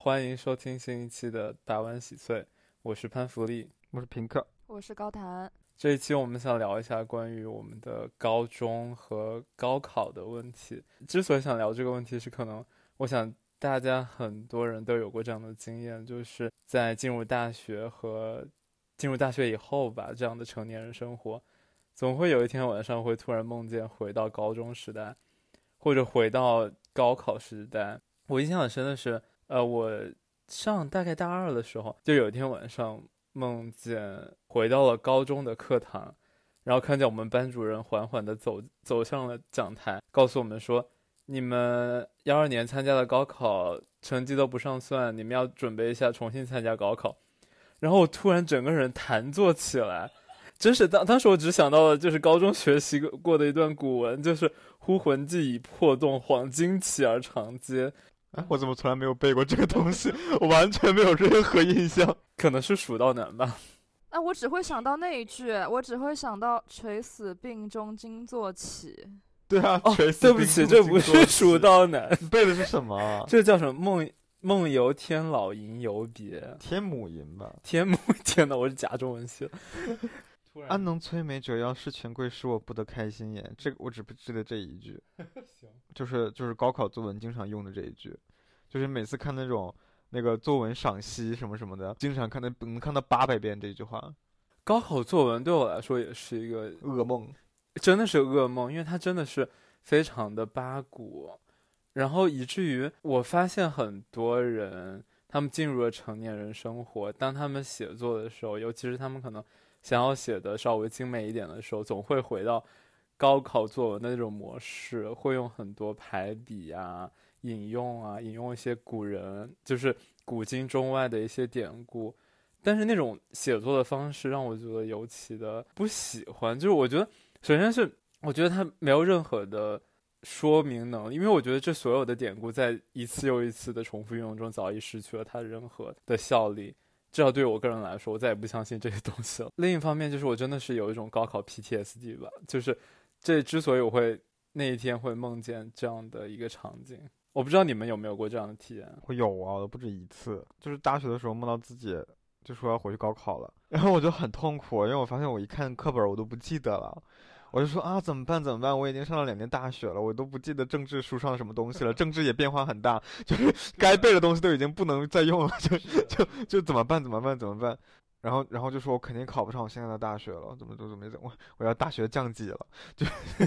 欢迎收听新一期的大湾喜碎，我是潘福利， 我是平克， 我是高谈。 这一期我们想聊一下关于我们的高中和高考的问题。之所以想聊这个问题，是可能我想大家很多人都有过这样的经验，就是在进入大学和进入大学以后吧，这样的成年人生活，总会有一天晚上会突然梦见回到高中时代，或者回到高考时代。我印象很深的是，我上大概大二的时候，就有一天晚上梦见回到了高中的课堂，然后看见我们班主任缓缓地走向了讲台，告诉我们说，你们12年参加的高考成绩都不上算，你们要准备一下重新参加高考。然后我突然整个人弹坐起来，真是当时我只想到了就是高中学习过的一段古文，就是忽魂悸已魄动，恍惊起而长嗟。 我怎么从来没有背过这个东西？我完全没有任何印象。 可能是蜀道难吧。 我只会想到那一句，我只会想到垂死病中惊坐起。 对啊，垂死对不起，这不是蜀道难。 你背的是什么？ 这叫什么？梦游天老吟游别， 天母吟吧。 天母，天哪，我是假中文系了。 安能摧眉折腰事权贵，使我不得开心颜。这个我只记得这一句。就是高考作文经常用的这一句，就是每次看那个作文赏析什么什么的，经常能看到800遍这句话。 高考作文对我来说也是一个噩梦，真的是噩梦，因为它真的是非常的八股，然后以至于我发现很多人他们进入了成年人生活，当他们写作的时候，尤其是他们可能想要写的稍微精美一点的时候，总会回到高考作文的那种模式，会用很多排比啊、引用一些古人，就是古今中外的一些典故。但是那种写作的方式让我觉得尤其的不喜欢，就是我觉得首先是我觉得它没有任何的说明能力，因为我觉得这所有的典故在一次又一次的重复运用中早已失去了它任何的效力，至少对于我个人来说，我再也不相信这些东西了。另一方面就是我真的是有一种高考 PTSD 吧，就是这之所以我会那一天会梦见这样的一个场景，我不知道你们有没有过这样的体验。 我有啊，不止一次，就是大学的时候梦到自己就说要回去高考了，然后我就很痛苦，因为我发现我一看课本我都不记得了，我就说啊怎么办？我已经上了2年大学了，我都不记得政治书上什么东西了，政治也变化很大，就是该背的东西都已经不能再用了，就怎么办？然后就说我肯定考不上我现在的大学了，怎么我要大学降级了，就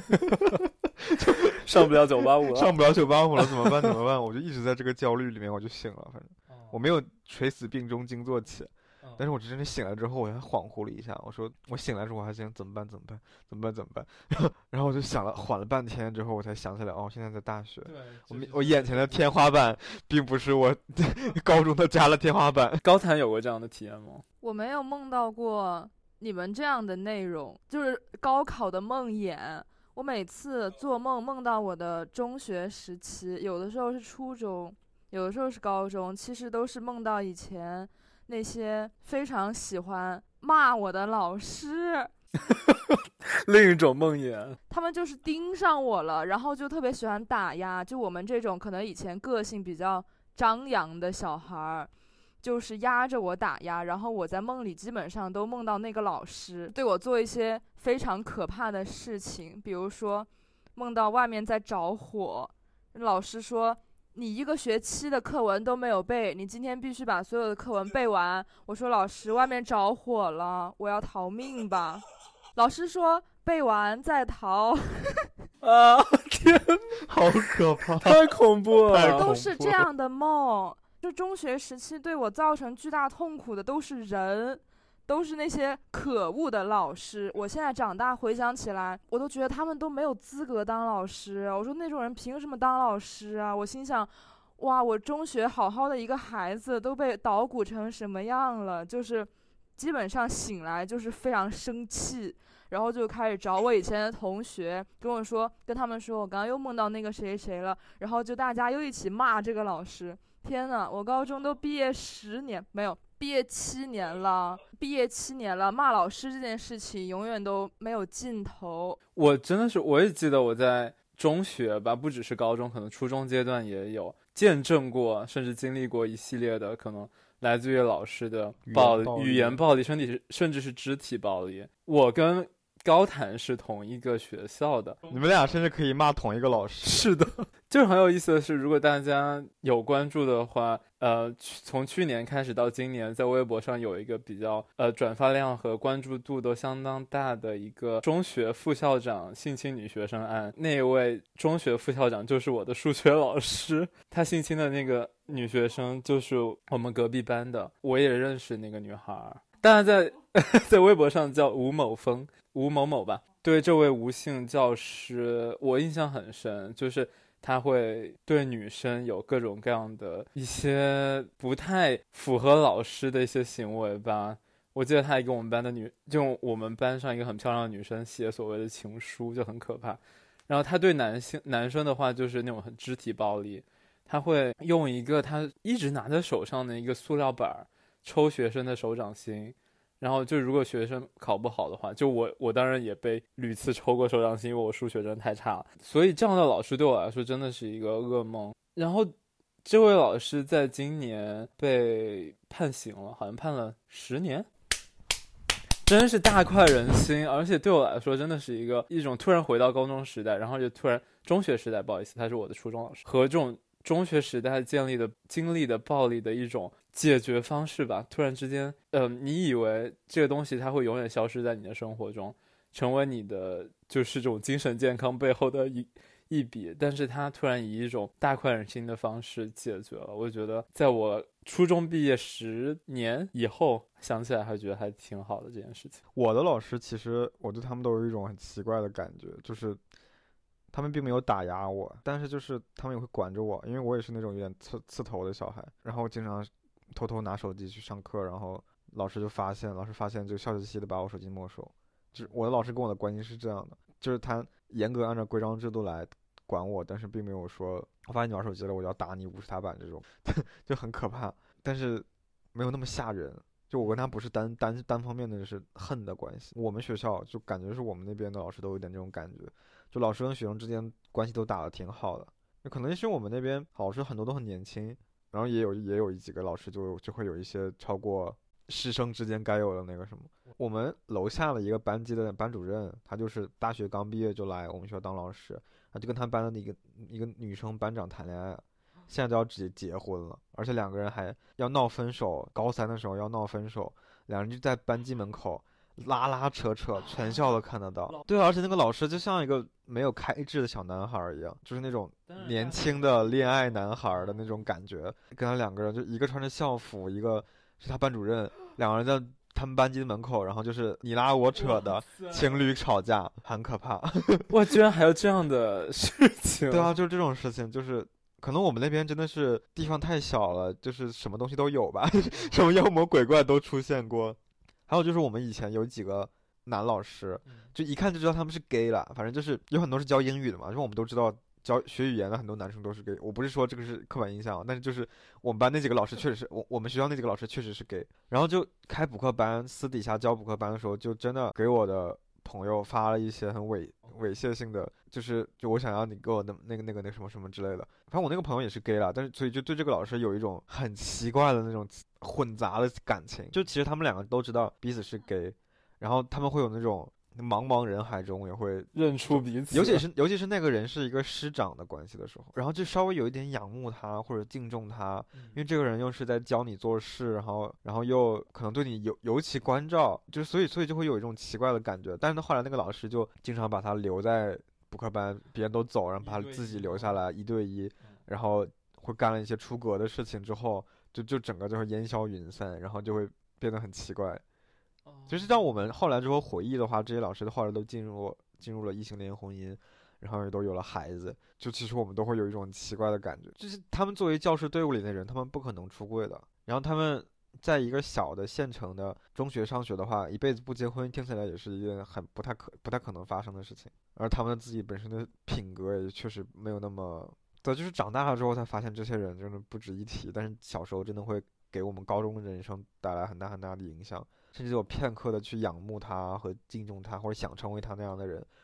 上不了985了， 上不了985了，怎么办？我就一直在这个焦虑里面，我就醒了，反正我没有垂死病中惊坐起。但是我真的醒了之后，我还恍惚了一下。我说我醒来之后，我还想怎么办？然后我就想了，缓了半天之后，我才想起来，现在在大学。我眼前的天花板，并不是我高中的加了天花板。 高谈有过这样的体验吗？ 我没有梦到过你们这样的内容，就是高考的梦魇。我每次做梦到我的中学时期，有的时候是初中，有的时候是高中，其实都是梦到以前那些非常喜欢骂我的老师。 另一种梦魇， 他们就是盯上我了，然后就特别喜欢打压，就我们这种可能以前个性比较张扬的小孩，就是压着我打压，然后我在梦里基本上都梦到那个老师对我做一些非常可怕的事情，比如说梦到外面在着火，老师说你1个学期的课文都没有背，你今天必须把所有的课文背完。我说老师，外面着火了，我要逃命吧。老师说背完再逃。 啊，天， 好可怕， 太恐怖了。 都是这样的梦，就中学时期对我造成巨大痛苦的都是人，都是那些可恶的老师。我现在长大回想起来，我都觉得他们都没有资格当老师。我说那种人凭什么当老师啊？我心想，哇，我中学好好的一个孩子都被捣鼓成什么样了？就是基本上醒来就是非常生气，然后就开始找我以前的同学，跟他们说我刚刚又梦到那个谁谁了，然后就大家又一起骂这个老师。天哪，我高中都毕业10年，没有，毕业7年了，骂老师这件事情永远都没有尽头。 我真的是，我也记得我在中学吧，不只是高中，可能初中阶段也有见证过甚至经历过一系列的可能来自于老师的语言暴力，甚至是肢体暴力。我跟高谈是同一个学校的， 你们俩甚至可以骂同一个老师。 是的，就是很有意思的是，如果大家有关注的话，从去年开始到今年，在微博上有一个比较转发量和关注度都相当大的一个中学副校长性侵女学生案。那一位中学副校长就是我的数学老师，他性侵的那个女学生就是我们隔壁班的，我也认识那个女孩，当然在微博上叫吴某某吧。对这位吴姓教师我印象很深，就是他会对女生有各种各样的一些不太符合老师的一些行为吧。我记得他还给我们班的就我们班上一个很漂亮的女生写所谓的情书，就很可怕。然后他对男生的话就是那种很肢体暴力，他会用一个他一直拿在手上的一个塑料板抽学生的手掌心，然后就如果学生考不好的话，就我当然也被屡次抽过手掌心，因为我数学真的太差了，所以这样的老师对我来说真的是一个噩梦。然后这位老师在今年被判刑了，好像判了10年，真是大快人心。而且对我来说真的是一种突然回到高中时代，然后就突然中学时代，不好意思，他是我的初中老师，和这种中学时代经历的暴力的一种解决方式吧。突然之间你以为这个东西它会永远消失在你的生活中，成为你的就是这种精神健康背后的一笔，但是它突然以一种大快人心的方式解决了。我觉得在我初中毕业10年以后想起来还觉得还挺好的这件事情。 我的老师其实我对他们都有一种很奇怪的感觉，就是他们并没有打压我，但是就是他们也会管着我，因为我也是那种有点刺头的小孩，然后经常偷偷拿手机去上课，然后老师发现就笑嘻嘻的把我手机没收。就是我的老师跟我的关系是这样的，就是他严格按照规章制度来管我，但是并没有说我发现你玩手机了我就要打你50塔板这种就很可怕，但是没有那么吓人。就我跟他不是单方面的就是恨的关系。我们学校就感觉是我们那边的老师都有点这种感觉，就老师跟学生之间关系都打得挺好的。可能是我们那边老师很多都很年轻，然后也有几个老师就会有一些超过师生之间该有的那个什么。我们楼下的一个班级的班主任，他就是大学刚毕业就来我们学校当老师，他就跟他班的一个女生班长谈恋爱，现在都要直接结婚了，而且两个人还要闹分手，高3的时候要闹分手，两人就在班级门口拉扯，全校都看得到。对，而且那个老师就像一个没有开智的小男孩一样，就是那种年轻的恋爱男孩的那种感觉。跟他两个人就一个穿着校服，一个是他班主任，两个人在他们班级的门口，然后就是你拉我扯的情侣吵架，很可怕。 哇，居然还有这样的事情。 对啊，就是这种事情，就是可能我们那边真的是地方太小了，就是什么东西都有吧，什么妖魔鬼怪都出现过。还有就是我们以前有几个男老师，就一看就知道他们是 gay 了，反正就是有很多是教英语的嘛，因为我们都知道学语言的很多男生都是 gay。我不是说这个是刻板印象，但是就是我们班那几个老师确实是我们学校那几个老师确实是 gay。然后就开补课班，私底下教补课班的时候，就真的给我的朋友发了一些很猥亵性的，就我想要你给我的那个什么什么之类的。反正我那个朋友也是 gay 了，但是所以就对这个老师有一种很奇怪的那种混杂的感情。就其实他们两个都知道彼此是 gay， 然后他们会有那种茫茫人海中也会认出彼此， 尤其是那个人是一个师长的关系的时候，然后就稍微有一点仰慕他或者敬重他，因为这个人又是在教你做事，然后又可能对你尤其关照，就是所以就会有一种奇怪的感觉。但是后来那个老师就经常把他留在补课班，别人都走，然后把他自己留下来1对1，然后会干了一些出格的事情之后，就整个就会烟消云散，然后就会变得很奇怪。就是让我们后来之后回忆的话，这些老师后来都进入了异性恋婚姻，然后也都有了孩子。就其实我们都会有一种奇怪的感觉，就是他们作为教师队伍里的人，他们不可能出柜的。然后他们在一个小的县城的中学上学的话，一辈子不结婚，听起来也是一件不太可能发生的事情。而他们自己本身的品格也确实没有那么，对，就是长大了之后才发现这些人真的不值一提。但是小时候真的会给我们高中的人生带来很大的影响。甚至有片刻的去仰慕他和敬重他，或者想成为他那样的人，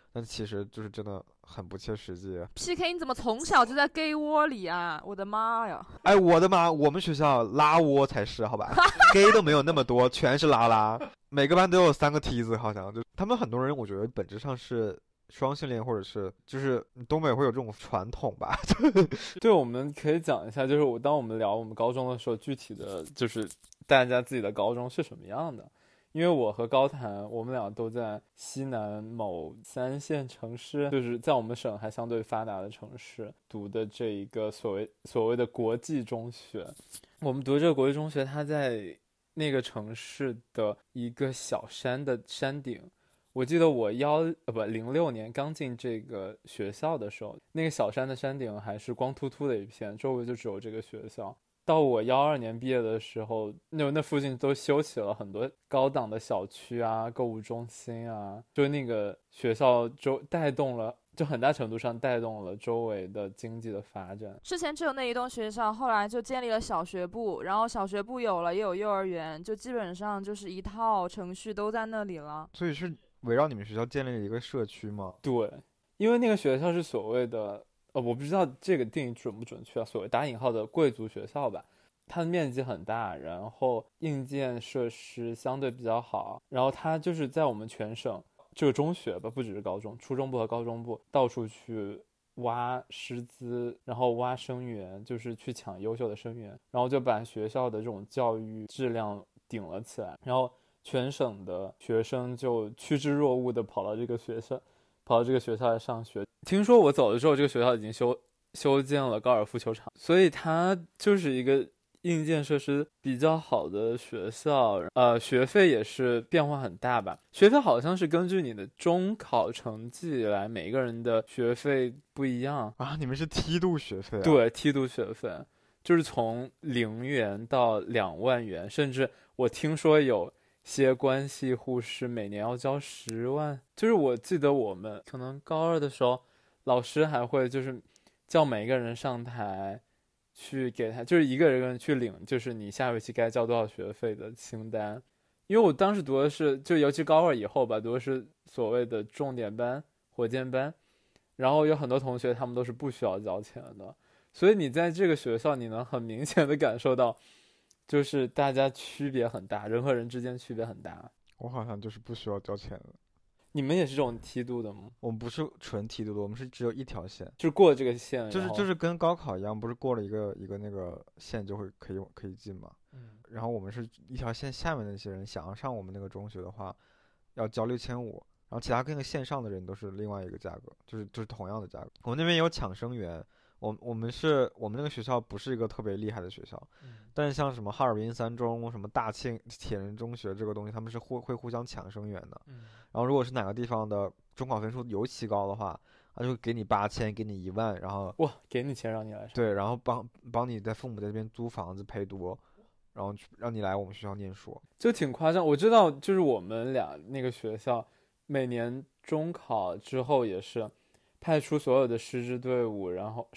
但其实就是真的很不切实际。 PK 你怎么从小就在 gay 窝里啊？我的妈呀！ 哎，我的妈，我们学校拉窝才是好吧，gay 都没有那么多，全是拉拉，每个班都有3个梯子，好像就他们很多人，我觉得本质上是双性恋，或者是就是东北会有这种传统吧。 对，我们可以讲一下，就是当我们聊我们高中的时候，具体的就是大家自己的高中是什么样的。因为我和高谈，我们俩都在西南某3线城市，就是在我们省还相对发达的城市读的这一个所谓的国际中学。我们读这个国际中学，它在那个城市的一个小山的山顶。我记得我06年刚进这个学校的时候，那个小山的山顶还是光秃秃的一片，周围就只有这个学校。到我12年毕业的时候，那附近都修起了很多高档的小区啊、购物中心啊，就那个学校带动了，就很大程度上带动了周围的经济的发展。 之前只有那一栋学校，后来就建立了小学部，然后小学部有了，也有幼儿园，就基本上就是一套程序都在那里了。 所以是围绕你们学校建立了一个社区吗？ 对，因为那个学校是所谓的我不知道这个定义准不准确啊，所谓打引号的贵族学校吧。它的面积很大，然后硬件设施相对比较好，然后它就是在我们全省这个中学吧，不只是高中，初中部和高中部到处去挖师资，然后挖生源，就是去抢优秀的生源，然后就把学校的这种教育质量顶了起来，然后全省的学生就趋之若鹜的跑到这个学校来上学。听说我走了之后，这个学校已经修建了高尔夫球场，所以它就是一个硬件设施比较好的学校。学费也是变化很大吧，学费好像是根据你的中考成绩来，每一个人的学费不一样啊。你们是梯度学费啊？ 对，梯度学费就是从0元到2万元，甚至我听说有些关系户是每年要交10万。就是我记得我们可能高2的时候，老师还会就是叫每一个人上台去给他，就是一个人去领，就是你下学期该交多少学费的清单。因为我当时读的是，就尤其高2以后吧，读的是所谓的重点班、火箭班，然后有很多同学他们都是不需要交钱的，所以你在这个学校，你能很明显的感受到，就是大家区别很大，人和人之间区别很大。 我好像就是不需要交钱的。 你们也是这种梯度的吗？ 我们不是纯梯度的，我们是只有一条线， 就是过这个线， 就是跟高考一样，不是过了一个那个线就会可以进嘛。然后我们是一条线下面的那些人想要上我们那个中学的话，要交6500，然后其他跟那个线上的人都是另外一个价格，就是同样的价格。我们那边有抢生源，我们那个学校不是一个特别厉害的学校，但是像什么哈尔滨三中、什么大庆铁人中学这个东西，他们是会互相抢生源的。然后如果是哪个地方的中考分数尤其高的话，他就给你8000，给你1万，然后哇，给你钱让你来上。 对，然后帮你的父母在这边租房子陪读，然后让你来我们学校念书， 就挺夸张。我知道，就是我们俩那个学校，每年中考之后也是派出所有的师资队伍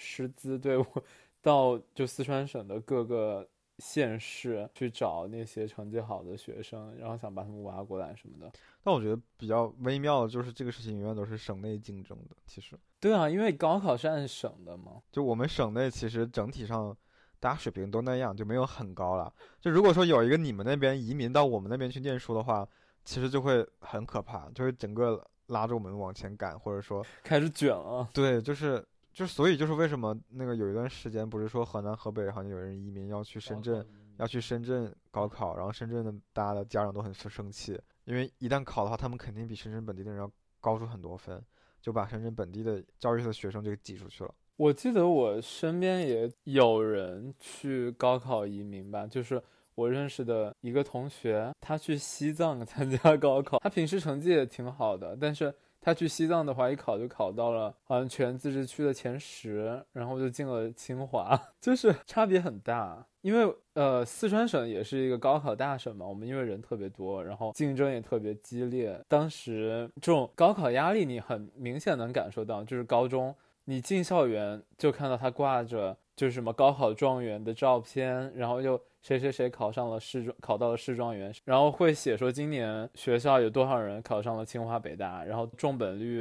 到就四川省的各个县市去找那些成绩好的学生，然后想把他们挖过来什么的。 但我觉得比较微妙的就是这个事情永远都是省内竞争的。其实对啊，因为高考是按省的嘛， 就我们省内其实整体上大家水平都那样，就没有很高了。就如果说有一个你们那边移民到我们那边去念书的话，其实就会很可怕，就会整个拉着我们往前赶，或者说开始卷了。 对，所以就是为什么那个有一段时间不是说河南河北好像有人移民要去深圳高考，然后深圳的大家的家长都很生气，因为一旦考的话，他们肯定比深圳本地的人要高出很多分，就把深圳本地的教育的学生就给挤出去了。 我记得我身边也有人去高考移民吧，就是我认识的一个同学，他去西藏参加高考，他平时成绩也挺好的，但是他去西藏的话，一考就考到了好像全自治区的前10，然后就进了清华，就是差别很大。因为四川省也是一个高考大省嘛，我们因为人特别多，然后竞争也特别激烈，当时这种高考压力你很明显能感受到，就是高中你进校园就看到他挂着就是什么高考状元的照片，然后又谁谁谁考到了市状元，然后会写说今年学校有多少人考上了清华北大，然后重本率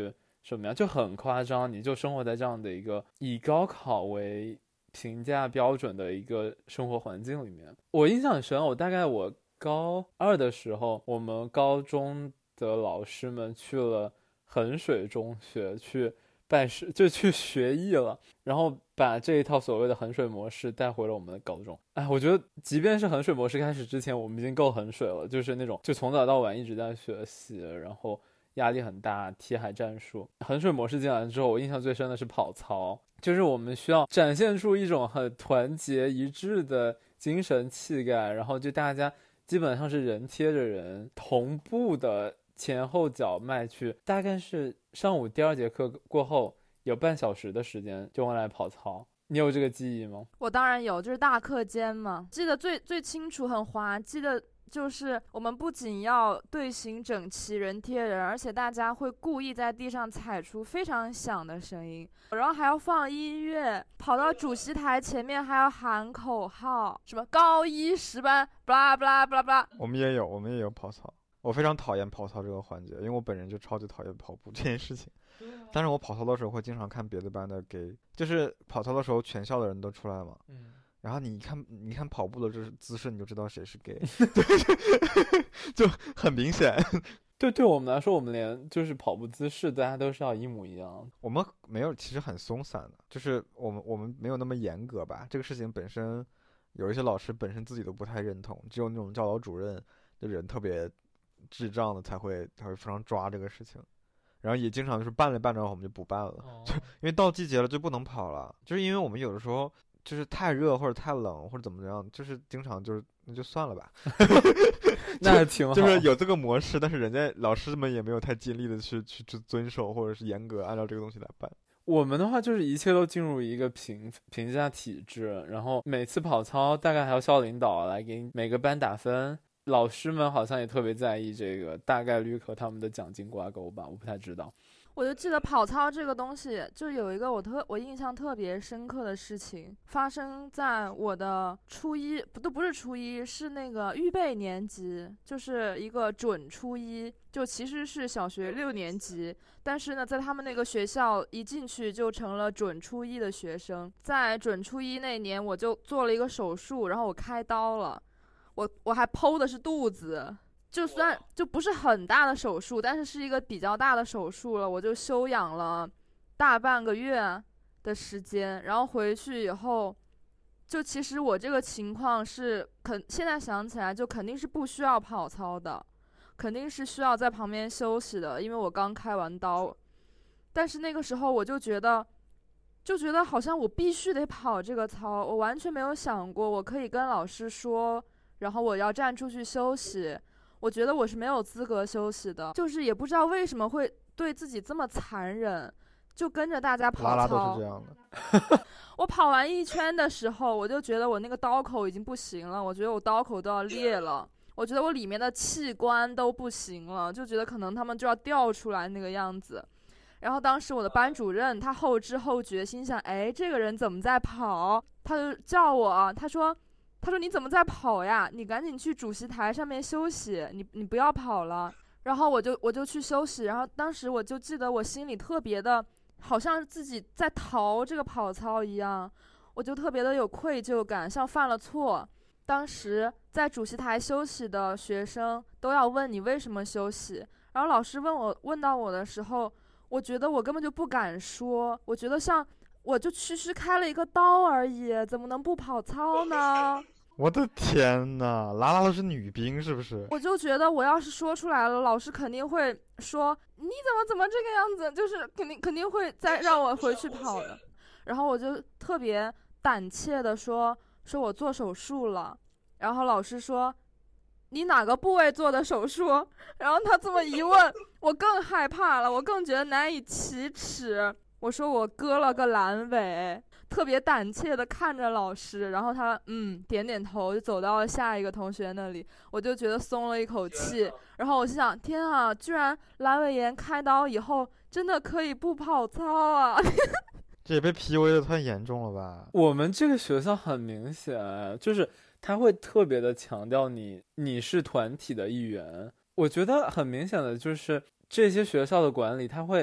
什么样，就很夸张。你就生活在这样的一个以高考为评价标准的一个生活环境里面。我印象很深，我高2的时候，我们高中的老师们去了衡水中学去就去学艺了，然后把这一套所谓的衡水模式带回了我们的高中。我觉得即便是衡水模式开始之前，我们已经够衡水了，就是那种就从早到晚一直在学习，然后压力很大，题海战术。衡水模式进来之后，我印象最深的是跑操，就是我们需要展现出一种很团结一致的精神气概，然后就大家基本上是人贴着人同步的前后脚迈去，大概是上午第2节课过后有半小时的时间就用来跑操。你有这个记忆吗？ 我当然有，就是大课间嘛，记得最清楚，很滑稽的就是我们不仅要队形整齐人贴人，而且大家会故意在地上踩出非常响的声音，然后还要放音乐，跑到主席台前面还要喊口号，什么高1、10班巴拉巴拉巴拉巴拉。 我们也有跑操。我非常讨厌跑操这个环节，因为我本人就超级讨厌跑步这件事情。但是我跑操的时候会经常看别的班的就是跑操的时候全校的人都出来嘛，然后你看跑步的这姿势，你就知道谁是 gay， 就很明显。 对我们来说，我们连就是跑步姿势大家都是要一模一样。 我们没有，其实很松散的，就是我们没有那么严格吧。这个事情本身有一些老师本身自己都不太认同，只有那种教导主任的人特别智障的才会非常抓这个事情，然后也经常就是办着办着我们就不办了，就因为到季节了就不能跑了，就是因为我们有的时候就是太热或者太冷或者怎么样，就是经常就是那就算了吧。 那还挺好， 就是有这个模式，但是人家老师们也没有太尽力的去遵守或者是严格按照这个东西来办。 我们的话就是一切都进入一个评价体制，然后每次跑操大概还要校领导来给每个班打分，老师们好像也特别在意这个，大概率和他们的奖金挂钩吧，我不太知道。 我就记得跑操这个东西，就有一个我印象特别深刻的事情，发生在我的初一，不是初一，是那个预备年级，就是一个准初一，就其实是小学6年级，但是呢，在他们那个学校一进去就成了准初一的学生。在准初一那年，我就做了一个手术，然后我开刀了，我还剖的是肚子。就算就不是很大的手术，但是是一个比较大的手术了，我就休养了大半个月的时间，然后回去以后，就其实我这个情况是现在想起来就肯定是不需要跑操的，肯定是需要在旁边休息的，因为我刚开完刀。但是那个时候我就觉得好像我必须得跑这个操，我完全没有想过我可以跟老师说，然后我要站出去休息。我觉得我是没有资格休息的，就是也不知道为什么会对自己这么残忍，就跟着大家跑操。 拉拉都是这样的。 我跑完1圈的时候，我就觉得我那个刀口已经不行了，我觉得我刀口都要裂了，我觉得我里面的器官都不行了，就觉得可能他们就要掉出来那个样子。然后当时我的班主任他后知后觉，心想，哎，这个人怎么在跑？他就叫我，他说你怎么在跑呀？你赶紧去主席台上面休息，你不要跑了。然后我就去休息，然后当时我就记得我心里特别的，好像自己在逃这个跑操一样，我就特别的有愧疚感，像犯了错。当时在主席台休息的学生都要问你为什么休息，然后老师问到我的时候，我觉得我根本就不敢说，我觉得像我就区区开了一个刀而已，怎么能不跑操呢？ 我的天哪，拉拉都是女兵是不是？ 我就觉得我要是说出来了，老师肯定会说你怎么这个样子，就是肯定会再让我回去跑的。然后我就特别胆怯的说我做手术了，然后老师说你哪个部位做的手术？然后他这么一问，我更害怕了，我更觉得难以启齿。我说我割了个阑尾，特别胆怯的看着老师，然后他点点头，就走到了下一个同学那里，我就觉得松了一口气。然后我心想，天啊，居然阑尾炎开刀以后真的可以不跑操啊！ 这也被 PUA 的太严重了吧？ 我们这个学校很明显，就是他会特别的强调你是团体的一员。我觉得很明显的就是这些学校的管理，他会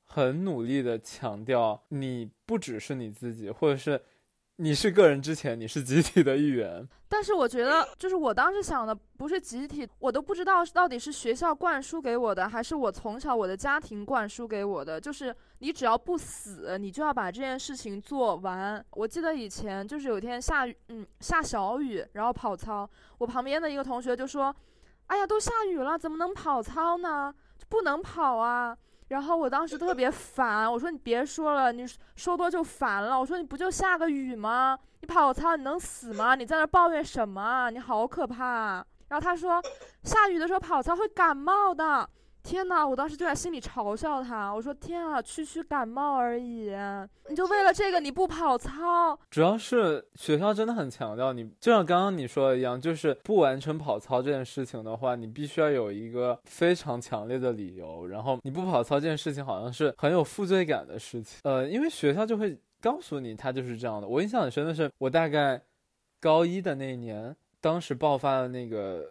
很努力的强调你不只是你自己，或者是你是个人之前你是集体的一员。 但是我觉得就是我当时想的不是集体，我都不知道到底是学校灌输给我的，还是我从小我的家庭灌输给我的，就是你只要不死你就要把这件事情做完。我记得以前就是有一天下小雨，然后跑操，我旁边的一个同学就说，哎呀都下雨了怎么能跑操呢，不能跑啊。然后我当时特别烦，我说你别说了，你说多就烦了。我说你不就下个雨吗？你跑操你能死吗？你在那抱怨什么啊？你好可怕啊。然后他说下雨的时候跑操会感冒的。天哪，我当时就在心里嘲笑他，我说天啊，区区感冒而已，你就为了这个你不跑操。 主要是学校真的很强调你，就像刚刚你说的一样，就是不完成跑操这件事情的话，你必须要有一个非常强烈的理由，然后你不跑操这件事情好像是很有负罪感的事情。因为学校就会告诉你它就是这样的。我印象很深的是我大概高一的那一年，当时爆发了那个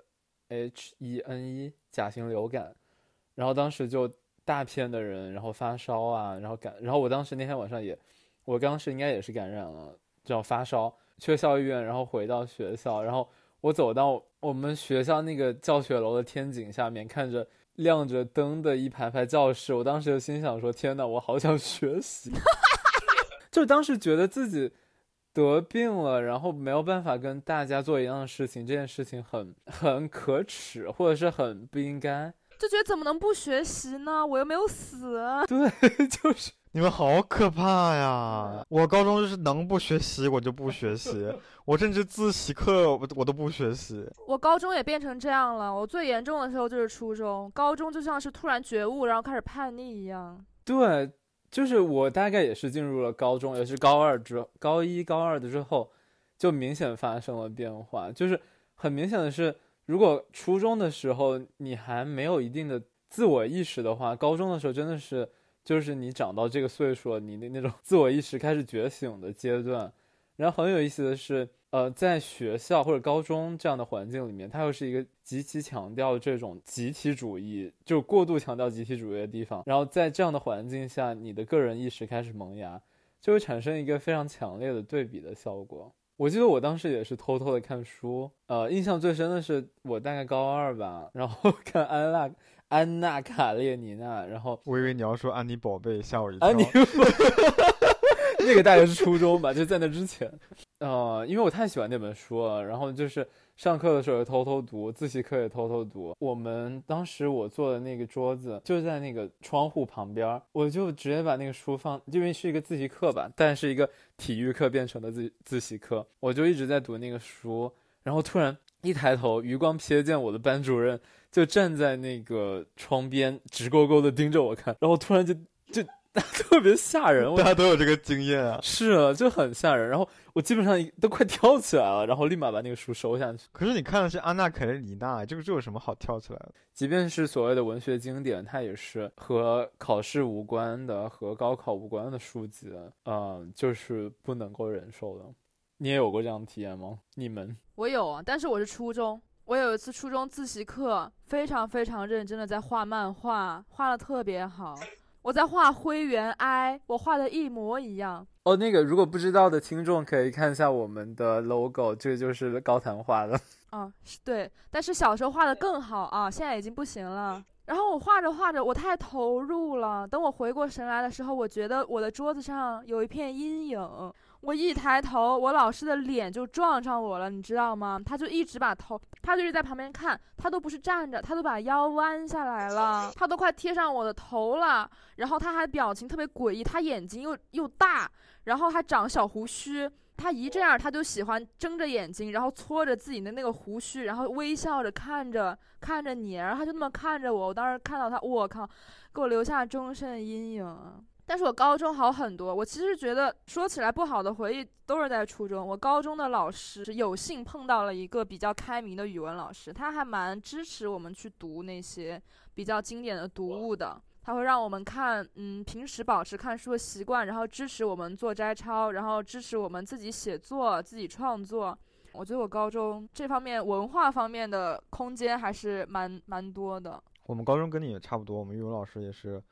H1N1 甲型流感，然后当时就大片的人然后发烧啊，然后我当时那天晚上我当时应该也是感染了，叫发烧，去校医院，然后回到学校，然后我走到我们学校那个教学楼的天井下面，看着亮着灯的一排排教室，我当时就心想说天哪，我好想学习就当时觉得自己得病了，然后没有办法跟大家做一样的事情，这件事情很可耻，或者是很不应该， 就觉得怎么能不学习呢？我又没有死。 对，就是你们好可怕呀！我高中就是能不学习我就不学习，我甚至自习课我都不学习。 我高中也变成这样了，我最严重的时候就是初中，高中就像是突然觉悟，然后开始叛逆一样。 对，就是我大概也是进入了高中，也是高一高二的之后，就明显发生了变化。就是很明显的是，如果初中的时候你还没有一定的自我意识的话，高中的时候真的是就是你长到这个岁数了，你那种自我意识开始觉醒的阶段。然后很有意思的是，在学校或者高中这样的环境里面，它又是一个极其强调这种集体主义，就过度强调集体主义的地方。然后在这样的环境下，你的个人意识开始萌芽，就会产生一个非常强烈的对比的效果。我记得我当时也是偷偷的看书，印象最深的是我大概高二吧，然后看安娜卡列尼娜，然后我以为你要说安妮宝贝，吓我一跳。 安妮那个大概是初中吧，就在那之前。因为我太喜欢那本书了，然后就是上课的时候也偷偷读，自习课也偷偷读。当时我坐的那个桌子就在那个窗户旁边，我就直接把那个书放，因为是一个自习课吧，但是一个体育课变成了自习课，我就一直在读那个书，然后突然一抬头，余光瞥见我的班主任就站在那个窗边，直勾勾的盯着我看，然后突然就特别吓人， 大家都有这个经验啊。 是啊，就很吓人。然后我基本上都快跳起来了，然后立马把那个书收下去。 可是你看的是安娜·卡列尼娜，这有什么好跳起来的？ 即便是所谓的文学经典，它也是和考试无关的、和高考无关的书籍，就是不能够忍受的。你也有过这样的体验吗？你们？ 我有啊，但是我是初中。我有一次初中自习课，非常非常认真的在画漫画，画的特别好。我在画灰原哀，我画的一模一样。 那个如果不知道的听众可以看一下我们的 logo， 这就是高谈画的。 是对，但是小时候画的更好啊，现在已经不行了。然后我画着画着，我太投入了。等我回过神来的时候，我觉得我的桌子上有一片阴影。我一抬头，我老师的脸就撞上我了，你知道吗？他就一直在旁边看，他都不是站着，他都把腰弯下来了，他都快贴上我的头了。然后他还表情特别诡异，他眼睛又大，然后还长小胡须。他一这样，他就喜欢睁着眼睛，然后搓着自己的那个胡须，然后微笑着看着你，然后他就那么看着我。我当时看到他，我靠，给我留下终身阴影。但是我高中好很多，我其实觉得说起来不好的回忆都是在初中。我高中的老师有幸碰到了一个比较开明的语文老师，他还蛮支持我们去读那些比较经典的读物的。他会让我们看，平时保持看书的习惯，然后支持我们做摘抄，然后支持我们自己写作、自己创作。我觉得我高中这方面文化方面的空间还是蛮多的。 我们高中跟你也差不多，我们语文老师也是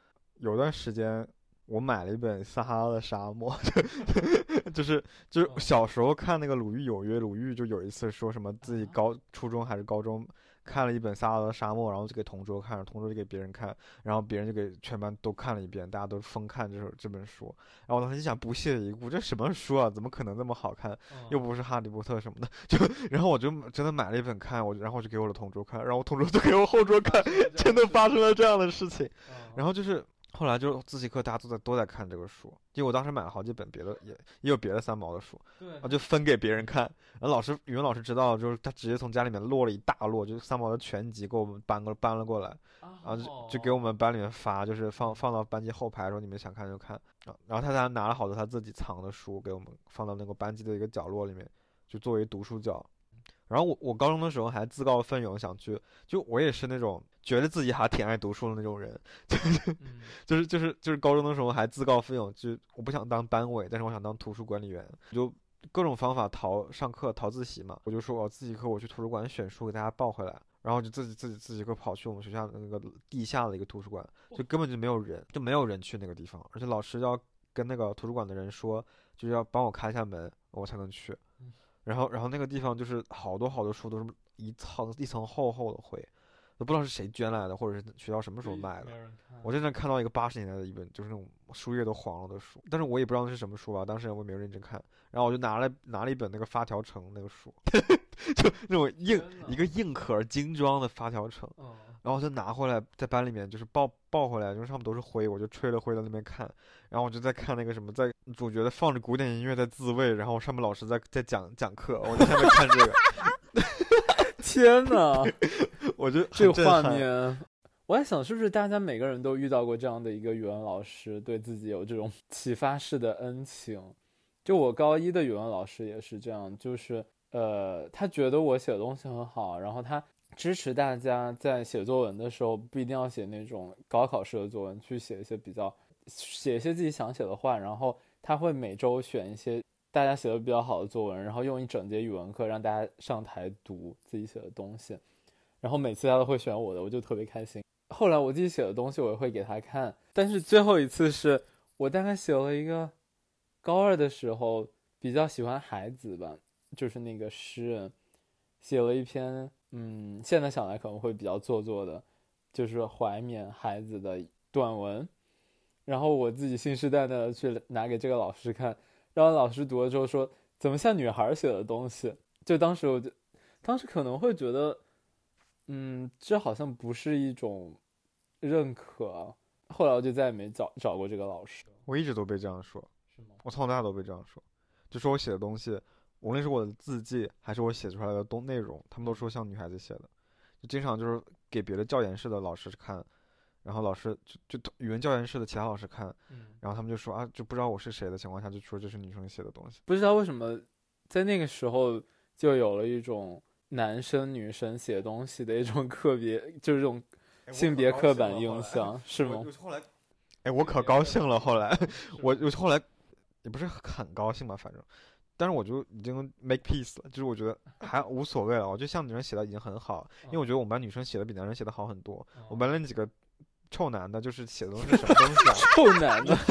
有段时间我买了一本撒哈拉的沙漠，就是小时候看那个《鲁豫有约》，鲁豫就有一次说什么自己初中还是高中看了一本撒哈拉的沙漠，然后就给同桌看，同桌就给别人看，然后别人就给全班都看了一遍，大家都疯看这本书。然后我当时就想不屑一顾，这什么书啊，怎么可能那么好看？又不是哈利波特什么的，然后我就真的买了一本看，然后我就给我的同桌看，然后我同桌就给我后桌看，真的发生了这样的事情。然后就是后来就自习课大家都在看这个书，因为我当时买了好几本别的也有别的三毛的书，然后就分给别人看。然后语文老师知道了，就是他直接从家里面摞了一大摞，就是三毛的全集给我们搬了过来，然后就给我们班里面发，就是放到班级后排，说你们想看就看。然后他还拿了好多他自己藏的书给我们放到那个班级的一个角落里面，就作为读书角。然后我高中的时候还自告奋勇想去，就我也是那种觉得自己还挺爱读书的那种人，就是高中的时候还自告奋勇，就我不想当班委，但是我想当图书管理员，就各种方法上课逃自习嘛。我就说我自习课我去图书馆选书给大家抱回来，然后就自己课跑去我们学校的那个地下的一个图书馆，就根本就没有人去那个地方，而且老师要跟那个图书馆的人说，就是要帮我开一下门，我才能去。然后那个地方就是好多书都是一层厚的灰，都不知道是谁捐来的，或者是学校什么时候卖的。我真的看到一个80年代的一本，就是那种书页都黄了的书，但是我也不知道那是什么书啊，当时我也没有认真看。然后我就拿了一本那个发条城那个书，就那种一个硬壳精装的发条城，然后我就拿回来在班里面就是抱回来，因为上面都是灰，我就吹了灰在那边看，然后我就在看那个什么，在主角放着古典音乐在自慰，然后上面老师在讲课，我就在那看这个。 天哪！ 我觉得这个画面，我在想是不是大家每个人都遇到过这样的一个语文老师，对自己有这种启发式的恩情。就我高一的语文老师也是这样，就是他觉得我写的东西很好，然后他支持大家在写作文的时候不一定要写那种高考式的作文，去写一些自己想写的话，然后他会每周选一些大家写的比较好的作文，然后用一整节语文课让大家上台读自己写的东西，然后每次他都会选我的，我就特别开心。后来我自己写的东西我也会给他看，但是最后一次是我大概写了一个高2的时候，比较喜欢海子吧，就是那个诗人，写了一篇现在想来可能会比较做作的，就是怀缅海子的短文，然后我自己信誓旦旦的去拿给这个老师看，然后老师读了之后说怎么像女孩写的东西，就当时可能会觉得这好像不是一种认可，后来我就再也没找过这个老师。 我一直都被这样说， 是吗？ 我从小到大都被这样说，就说我写的东西无论是我的字迹还是我写出来的内容，他们都说像女孩子写的，就经常就是给别的教研室的老师看，然后老师就语文教研室的其他老师看，然后他们就说啊，就不知道我是谁的情况下就说这是女生写的东西。 不知道为什么在那个时候就有了一种男生女生写东西的一种特别，就是这种性别刻板印象，是吗？ 后来我可高兴了，后来我后来也不是很高兴吧，反正但是我就已经 make peace 了，就是我觉得还无所谓了，我就像女生写的已经很好，因为我觉得我们班女生写的比男生写的好很多，我们班那几个臭男的就是写的都是什么东西啊？ 臭男的。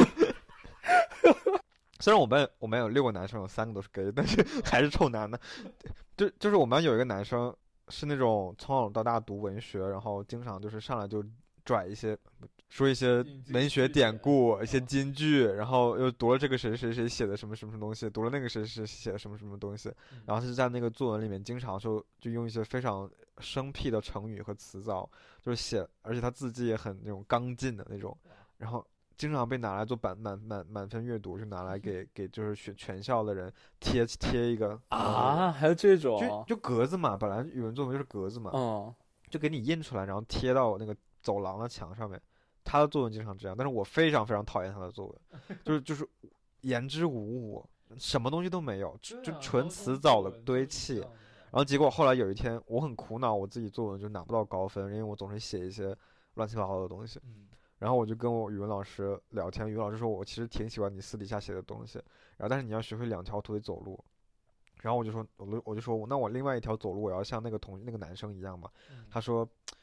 虽然我们班有6个男生，有3个都是 gay， 但是还是臭男的。就是我们班有一个男生是那种从小到大读文学，然后经常就是上来就拽一些，说一些文学典故、一些金句，然后又读了这个谁写的什么什么东西，读了那个谁写的什么什么东西，然后他就在那个作文里面经常就用一些非常生僻的成语和词藻，就是写，而且他字迹也很那种刚劲的那种，然后经常被拿来做满分阅读，就拿来给就是全校的人贴一个啊，还有这种就格子嘛，本来语文作文就是格子嘛，就给你印出来，然后贴到那个走廊的墙上面。他的作文经常这样，但是我非常非常讨厌他的作文，就是言之无物，什么东西都没有，就纯词藻的堆砌。然后结果后来有一天，我很苦恼，我自己作文就拿不到高分，因为我总是写一些乱七八糟的东西。然后我就跟我语文老师聊天，语文老师说我其实挺喜欢你私底下写的东西，然后但是你要学会2条腿走路。然后我就说那我另外一条走路我要像那个男生一样嘛。他说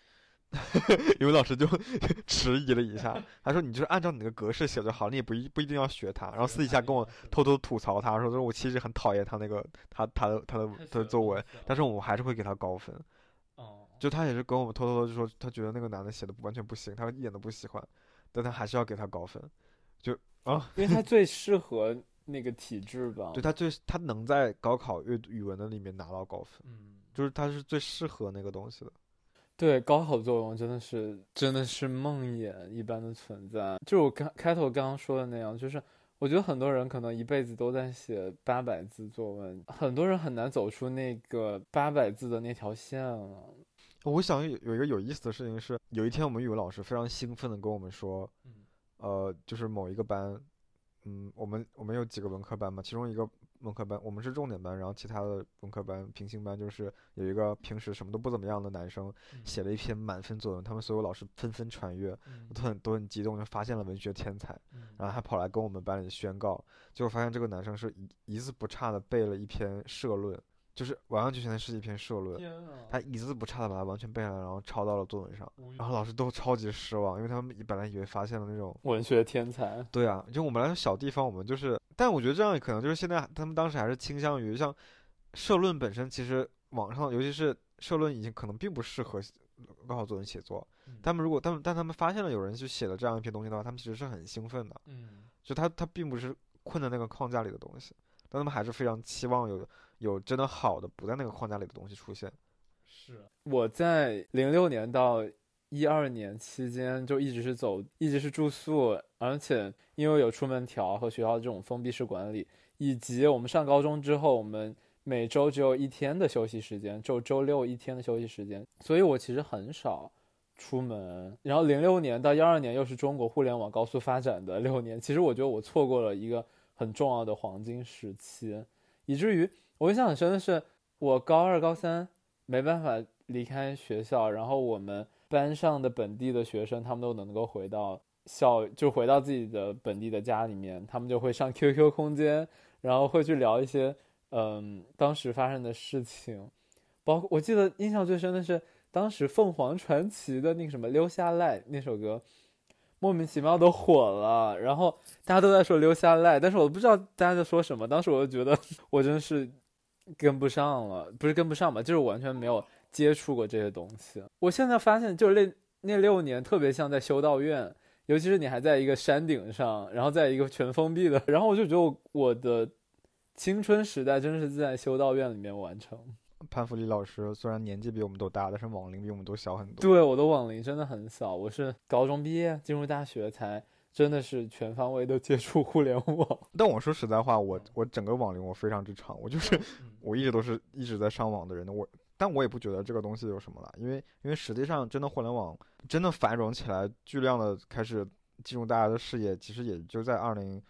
语文老师就迟疑了一下，他说你就是按照你那个格式写就好，你也不一定要学他。然后私底下跟我偷偷吐槽他说我其实很讨厌他那个他的作文，但是我们还是会给他高分。就他也是跟我们偷偷的就说他觉得那个男的写的完全不行，他一点都不喜欢，但他还是要给他高分。就因为他最适合那个体制吧。 对，他能在高考语文的里面拿到高分，就是他是最适合那个东西的。 对，高考作文真的是梦魇一般的存在。就我开头刚刚说的那样，就是我觉得很多人可能一辈子都在写800字作文，很多人很难走出那个800字的那条线了。 我想有一个有意思的事情是，有一天我们语文老师非常兴奋的跟我们说，就是某一个班，我们有几个文科班嘛，其中一个文科班我们是重点班，然后其他的文科班平行班就是有一个平时什么都不怎么样的男生写了一篇满分作文，他们所有老师纷纷传阅，都很激动，就发现了文学天才，然后还跑来跟我们班里宣告，结果发现这个男生是一字不差的背了一篇社论。就是完完全全是一篇社论，他一字不差的把它完全背下来，然后抄到了作文上，然后老师都超级失望，因为他们本来以为发现了那种文学天才。 对啊，就我们来说小地方，我们就是，但我觉得这样可能就是现在他们当时还是倾向于像社论本身，其实网上尤其是社论已经可能并不适合高考作文写作，他们发现了有人去写了这样一篇东西的话，他们其实是很兴奋的，就他并不是困在那个框架里的东西，但他们还是非常期望有真的好的不在那个框架里的东西出现。 是我在06年到12年期间就一直是住宿，而且因为有出门条和学校这种封闭式管理，以及我们上高中之后我们每周只有1天的休息时间，就周61天的休息时间，所以我其实很少出门。然后06年到12年又是中国互联网高速发展的6年，其实我觉得我错过了一个很重要的黄金时期，以至于我印象很深的是，我高2、高3没办法离开学校，然后我们班上的本地的学生，他们都能够回到自己的本地的家里面，他们就会上 QQ 空间，然后会去聊一些当时发生的事情，包括我记得印象最深的是当时凤凰传奇的那个什么留下来那首歌。莫名其妙都火了，然后大家都在说留下来，但是我不知道大家在说什么。当时我就觉得我真是跟不上了，不是跟不上吧，就是我完全没有接触过这些东西。我现在发现，就是那6年特别像在修道院，尤其是你还在一个山顶上，然后在一个全封闭的，然后我就觉得我的青春时代真是在修道院里面完成。 潘福利老师虽然年纪比我们都大，但是网龄比我们都小很多。 对，我的网龄真的很小，我是高中毕业进入大学才真的是全方位的接触互联网。 但我说实在话，我整个网龄我非常之长，我就是我一直都是一直在上网的人，但我也不觉得这个东西有什么了，因为实际上真的互联网真的繁荣起来，巨量的开始进入大家的视野，其实也就在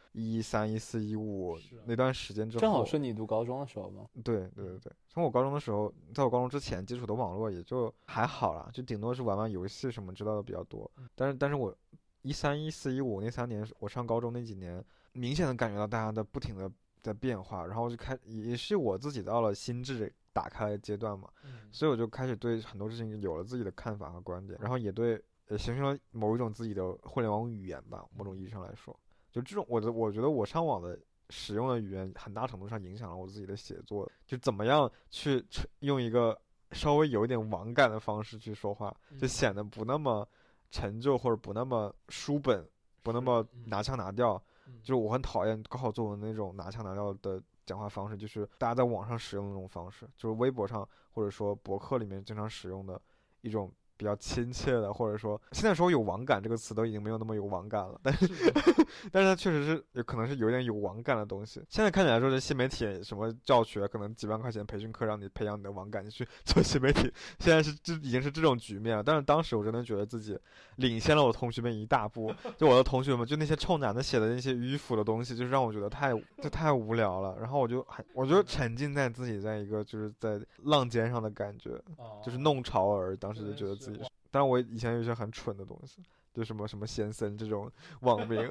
2013、14、15那段时间之后。 正好是你读高中的时候吗？ 对，从我高中的时候，在我高中之前接触的网络也就还好啦，就顶多是玩玩游戏什么知道的比较多。但是我13、14、15那3年，我上高中那几年，明显的感觉到大家的不停的在变化，然后就也是我自己到了心智打开的阶段嘛，所以我就开始对很多事情有了自己的看法和观点，然后也对形成了某一种自己的互联网语言吧，某种意义上来说，就这种我觉得我上网的使用的语言很大程度上影响了我自己的写作，就怎么样去用一个稍微有一点网感的方式去说话，就显得不那么陈旧或者不那么书本，不那么拿腔拿调。就是我很讨厌高考作文那种拿腔拿调的讲话方式，就是大家在网上使用的那种方式，就是微博上或者说博客里面经常使用的一种比较亲切的，或者说现在说有网感这个词都已经没有那么有网感了，但是它确实是有可能是有点有网感的东西。现在看起来说是新媒体什么教学，可能几万块钱培训课让你培养你的网感，你去做新媒体，现在已经是这种局面了。但是当时我真的觉得自己领先了我同学们一大步，就我的同学们就那些臭男的写的那些迂腐的东西，就是让我觉得太无聊了。然后我就沉浸在自己在一个就是在浪尖上的感觉，就是弄潮儿，当时就觉得自己。当然我以前有一些很蠢的东西，就什么先生这种网名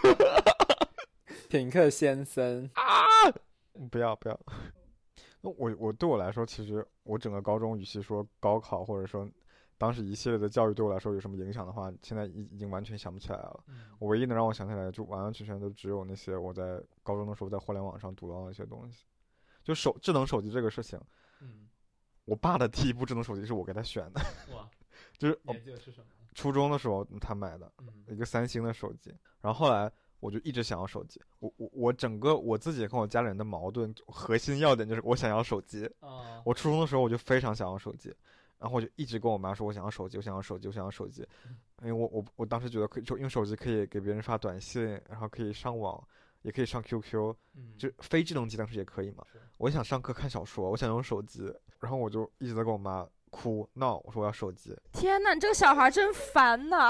品客先生啊，不要那我对我来说，其实我整个高中与其说高考或者说当时一系列的教育对我来说有什么影响的话，现在已经完全想不起来了。我唯一能让我想起来就完完全全都只有那些我在高中的时候在互联网上读到的一些东西。就智能手机这个事情，我爸的第一部智能手机是我给他选的。 哇， 就是年纪是什么？ 初中的时候他买的一个三星的手机，然后后来我就一直想要手机。我整个我自己跟我家里人的矛盾核心要点就是我想要手机。我初中的时候我就非常想要手机，然后我就一直跟我妈说我想要手机，我想要手机，我想要手机。因为我当时觉得就用手机可以给别人发短信，然后可以上网，也可以上 QQ，就非智能机当时也可以嘛。我想上课看小说，我想用手机，然后我就一直在跟我妈哭闹，我说我要手机。 天哪，你这个小孩真烦呐！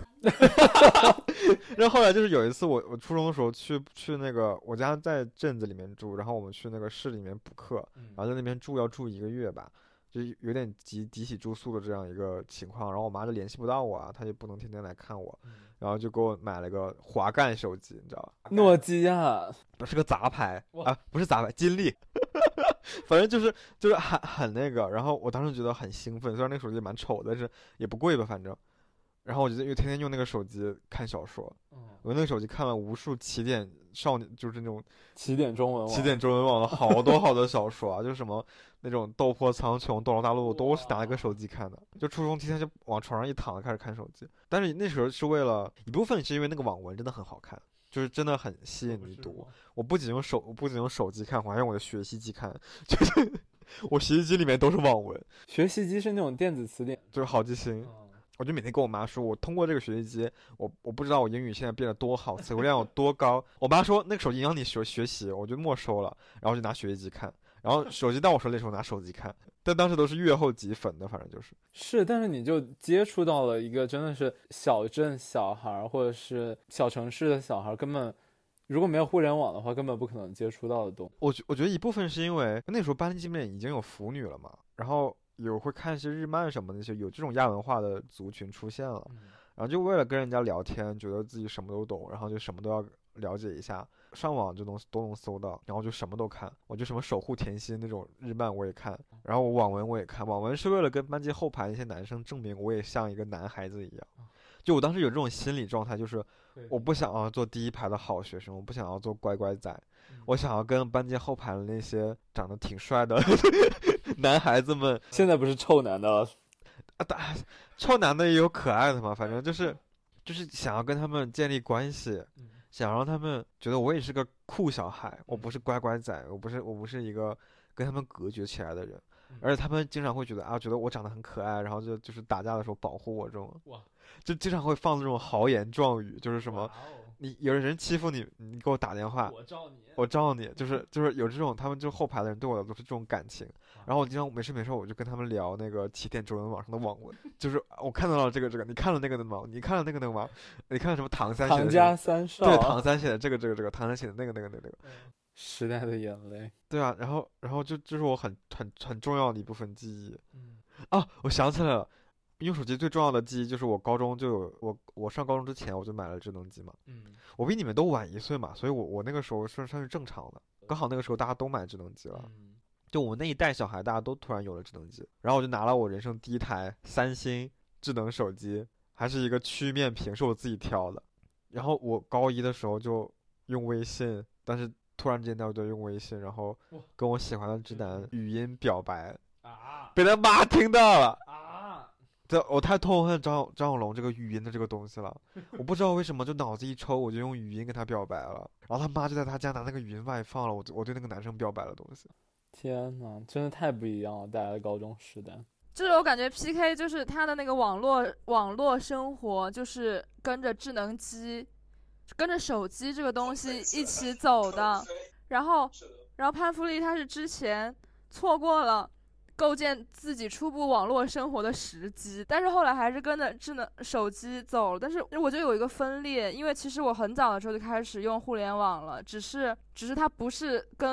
然后后来就是有一次我初中的时候去那个我家在镇子里面住，然后我们去那个市里面补课，然后在那边要住1个月吧，就有点集体住宿的这样一个情况。然后我妈就联系不到我啊，她就不能天天来看我，然后就给我买了个华干手机，你知道吧？ 诺基亚， 不是个杂牌啊，不是杂牌，金立。反正就是很那个，然后我当时觉得很兴奋，虽然那个手机蛮丑的，但是也不贵吧，反正。然后我就天天用那个手机看小说，我用那个手机看了无数起点少年，就是那种起点中文网的好多小说啊，就是什么那种斗破苍穹、斗罗大陆都是拿那个手机看的。就初中天天就往床上一躺开始看手机，但是那时候是为了一部分是因为那个网文真的很好看，就是真的很吸引你读。我不仅用手机看，我还用我的学习机看，就是我学习机里面都是网文。 学习机是那种电子词典， 就是好记星。我就每天跟我妈说，我通过这个学习机，我不知道我英语现在变得多好，词汇量有多高。我妈说那个手机影响你学习，我就没收了，然后就拿学习机看，然后手机到我手里的时候拿手机看，但当时都是阅后即焚的，反正是， 但是你就接触到了一个真的是小镇小孩或者是小城市的小孩，根本如果没有互联网的话，根本不可能接触到的东西。 我觉得一部分是因为那时候班里基本已经有腐女了嘛，然后会看一些日漫什么的，那些有这种亚文化的族群出现了，然后就为了跟人家聊天，觉得自己什么都懂，然后就什么都要了解一下，上网就都能搜到，然后就什么都看。我就什么守护甜心那种日漫我也看，然后网文我也看，网文是为了跟班级后排那些男生证明我也像一个男孩子一样。就我当时有这种心理状态，就是我不想要做第一排的好学生，我不想要做乖乖仔，我想要跟班级后排的那些长得挺帅的男孩子们。 现在不是臭男的了臭男的也有可爱的嘛，反正就是想要跟他们建立关系，想让他们觉得我也是个酷小孩，我不是乖乖仔，我不是一个跟他们隔绝起来的人。而且他们经常会觉得我长得很可爱，然后就是打架的时候保护我这种，就经常会放这种豪言壮语，就是什么你有人欺负你，你给我打电话，我罩你，就是有这种，他们就后排的人对我的都是这种感情。然后我经常没事我就跟他们聊那个起点中文网上的网文，就是我看到了这个，你看了那个的吗？你看了那个吗？你看了什么唐家三少？ 对，唐三写的这个，唐三写的那个。 时代的眼泪。 对啊，然后就是我很重要的一部分记忆。我想起来了。用手机最重要的记忆就是我高中就有我上高中之前我就买了智能机嘛，我比你们都晚1岁嘛，所以我那个时候算是正常的，刚好那个时候大家都买智能机了，就我那一代小孩大家都突然有了智能机，然后我就拿了我人生第一台三星智能手机，还是一个曲面屏，是我自己挑的。然后我高1的时候就用微信，但是突然之间我就用微信，然后跟我喜欢的直男语音表白，被他妈听到了。我太痛恨张小龙这个语音的这个东西了，我不知道为什么就脑子一抽我就用语音跟他表白了，然后他妈就在他家拿那个语音外放了我对那个男生表白的东西。 天哪，真的太不一样了，大家的高中时代。 就是我感觉 PK 就是他的那个网络生活，就是跟着智能机、跟着手机这个东西一起走的。然后潘福利他是之前错过了构建自己初步网络生活的时机，但是后来还是跟着智能手机走了。但是我觉得有一个分裂，因为其实我很早的时候就开始用互联网了，只是它不是跟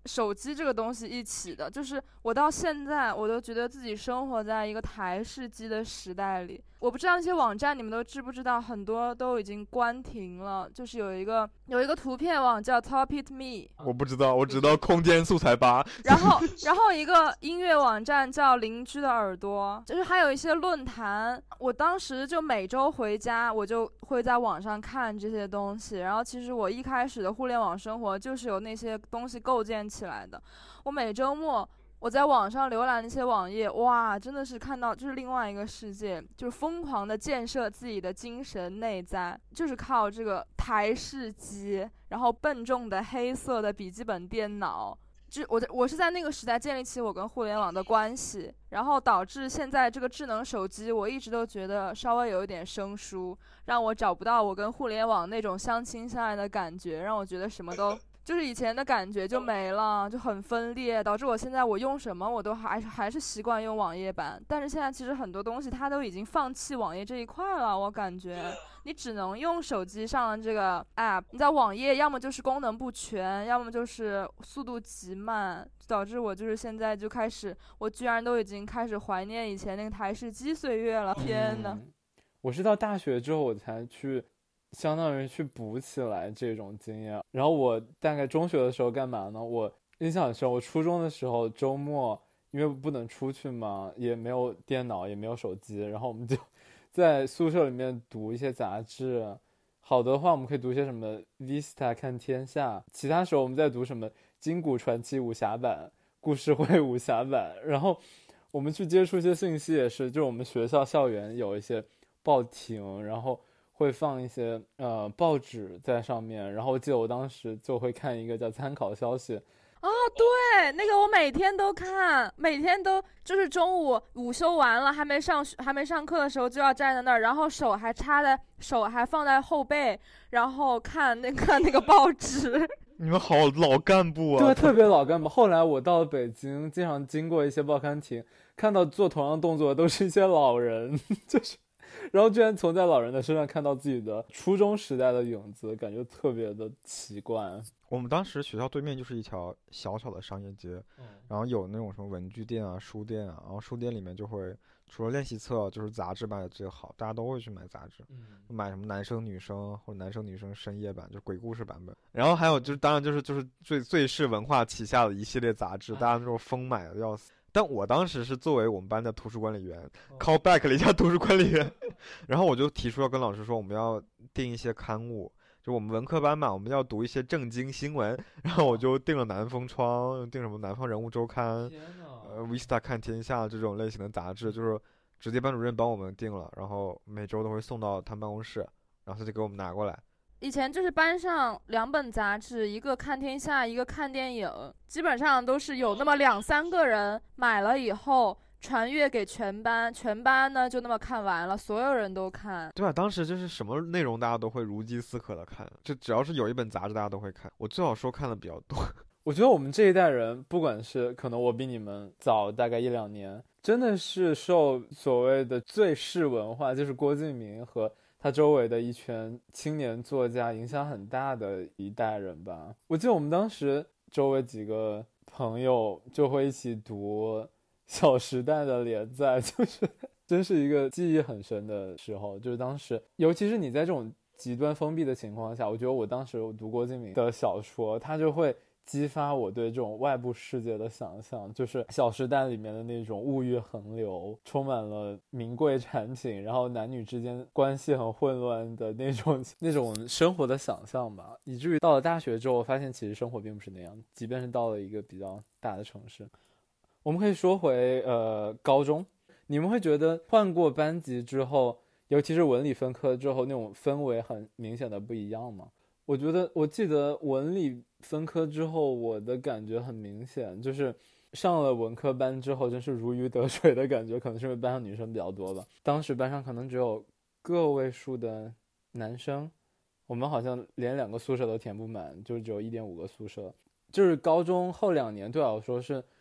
手机这个东西一起的，就是我到现在我都觉得自己生活在一个台式机的时代里。我不知道那些网站你们都知不知道，很多都已经关停了。就是有一个图片网叫 Top It Me， 我不知道，我知道空间素材吧。 然后一个音乐网站叫邻居的耳朵，就是还有一些论坛。我当时就每周回家，我就会在网上看这些东西。然后其实我一开始的互联网生活就是由那些东西构建起来的。我每周末我在网上浏览那些网页，哇，真的是看到就是另外一个世界，就是疯狂的建设自己的精神内在，就是靠这个台式机，然后笨重的黑色的笔记本电脑。我是在那个时代建立起我跟互联网的关系，然后导致现在这个智能手机，我一直都觉得稍微有一点生疏，让我找不到我跟互联网那种相亲相爱的感觉，让我觉得什么都就是以前的感觉就没了，就很分裂，导致我现在我用什么我都还是习惯用网页版，但是现在其实很多东西它都已经放弃网页这一块了，我感觉你只能用手机上的这个 app， 你在网页要么就是功能不全，要么就是速度极慢，导致我就是现在就开始，我居然都已经开始怀念以前那个台式机岁月了，天哪！ 我是到大学之后我才去相当于去补起来这种经验。然后我大概中学的时候干嘛呢？我印象很深，我初中的时候周末因为不能出去嘛，也没有电脑也没有手机，然后我们就在宿舍里面读一些杂志。好的话我们可以读一些什么 Vista 看天下，其他时候我们在读什么金谷传奇武侠版、故事会武侠版。然后我们去接触一些信息也是，就是我们学校校园有一些报亭，然后会放一些报纸在上面。然后我记得我当时就会看一个叫参考消息。 哦，对，那个我每天都看，每天都就是中午午休完了，还没上课的时候就要站在那儿，然后手还放在后背，然后看那个报纸。 你们好老干部啊！ 对，特别老干部。后来我到了北京，经常经过一些报刊亭，看到做同样动作的都是一些老人，就是。然后居然从在老人的身上看到自己的初中时代的影子，感觉特别的奇怪。 我们当时学校对面就是一条小小的商业街，然后有那种什么文具店啊、书店啊，然后书店里面就会除了练习册，就是杂志卖的最好，大家都会去买杂志，买什么男生女生或者男生女生深夜版，就是鬼故事版本。然后还有就是当然就是最是文化旗下的一系列杂志，大家那种疯买的要死。但我当时是作为我们班的图书管理员 call back 了一下图书管理员，然后我就提出要跟老师说我们要订一些刊物，就我们文科班嘛，我们要读一些正经新闻，然后我就订了南风窗，订什么南方人物周刊Vista 看天下这种类型的杂志，就是直接班主任帮我们订了，然后每周都会送到他办公室，然后他就给我们拿过来。 以前就是班上2本杂志，一个看天下，一个看电影，基本上都是有那么2-3个人买了以后传阅给全班，全班呢就那么看完了，所有人都看。 对啊，当时就是什么内容大家都会如饥似渴的看，就只要是有一本杂志大家都会看。我最好说看的比较多。 我觉得我们这一代人，不管是可能我比你们早大概1-2年，真的是受所谓的最世文化，就是郭敬明和他周围的一圈青年作家影响很大的一代人吧。我记得我们当时周围几个朋友就会一起读《小时代》的连载，就是真是一个记忆很深的时候。就是当时，尤其是你在这种极端封闭的情况下，我觉得我当时有读郭敬明的小说，他就会激发我对这种外部世界的想象，就是《小时代》里面的那种物欲横流，充满了名贵产品，然后男女之间关系很混乱的那种生活的想象吧。以至于到了大学之后，我发现其实生活并不是那样，即便是到了一个比较大的城市。我们可以说回高中，你们会觉得换过班级之后，尤其是文理分科之后，那种氛围很明显的不一样吗？我记得文理分科之后，我的感觉很明显，就是上了文科班之后，真是如鱼得水的感觉。可能是因为班上女生比较多吧，当时班上可能只有个位数的男生，我们好像连2个宿舍都填不满，就只有1.5个宿舍。就是高中后2年对我来说是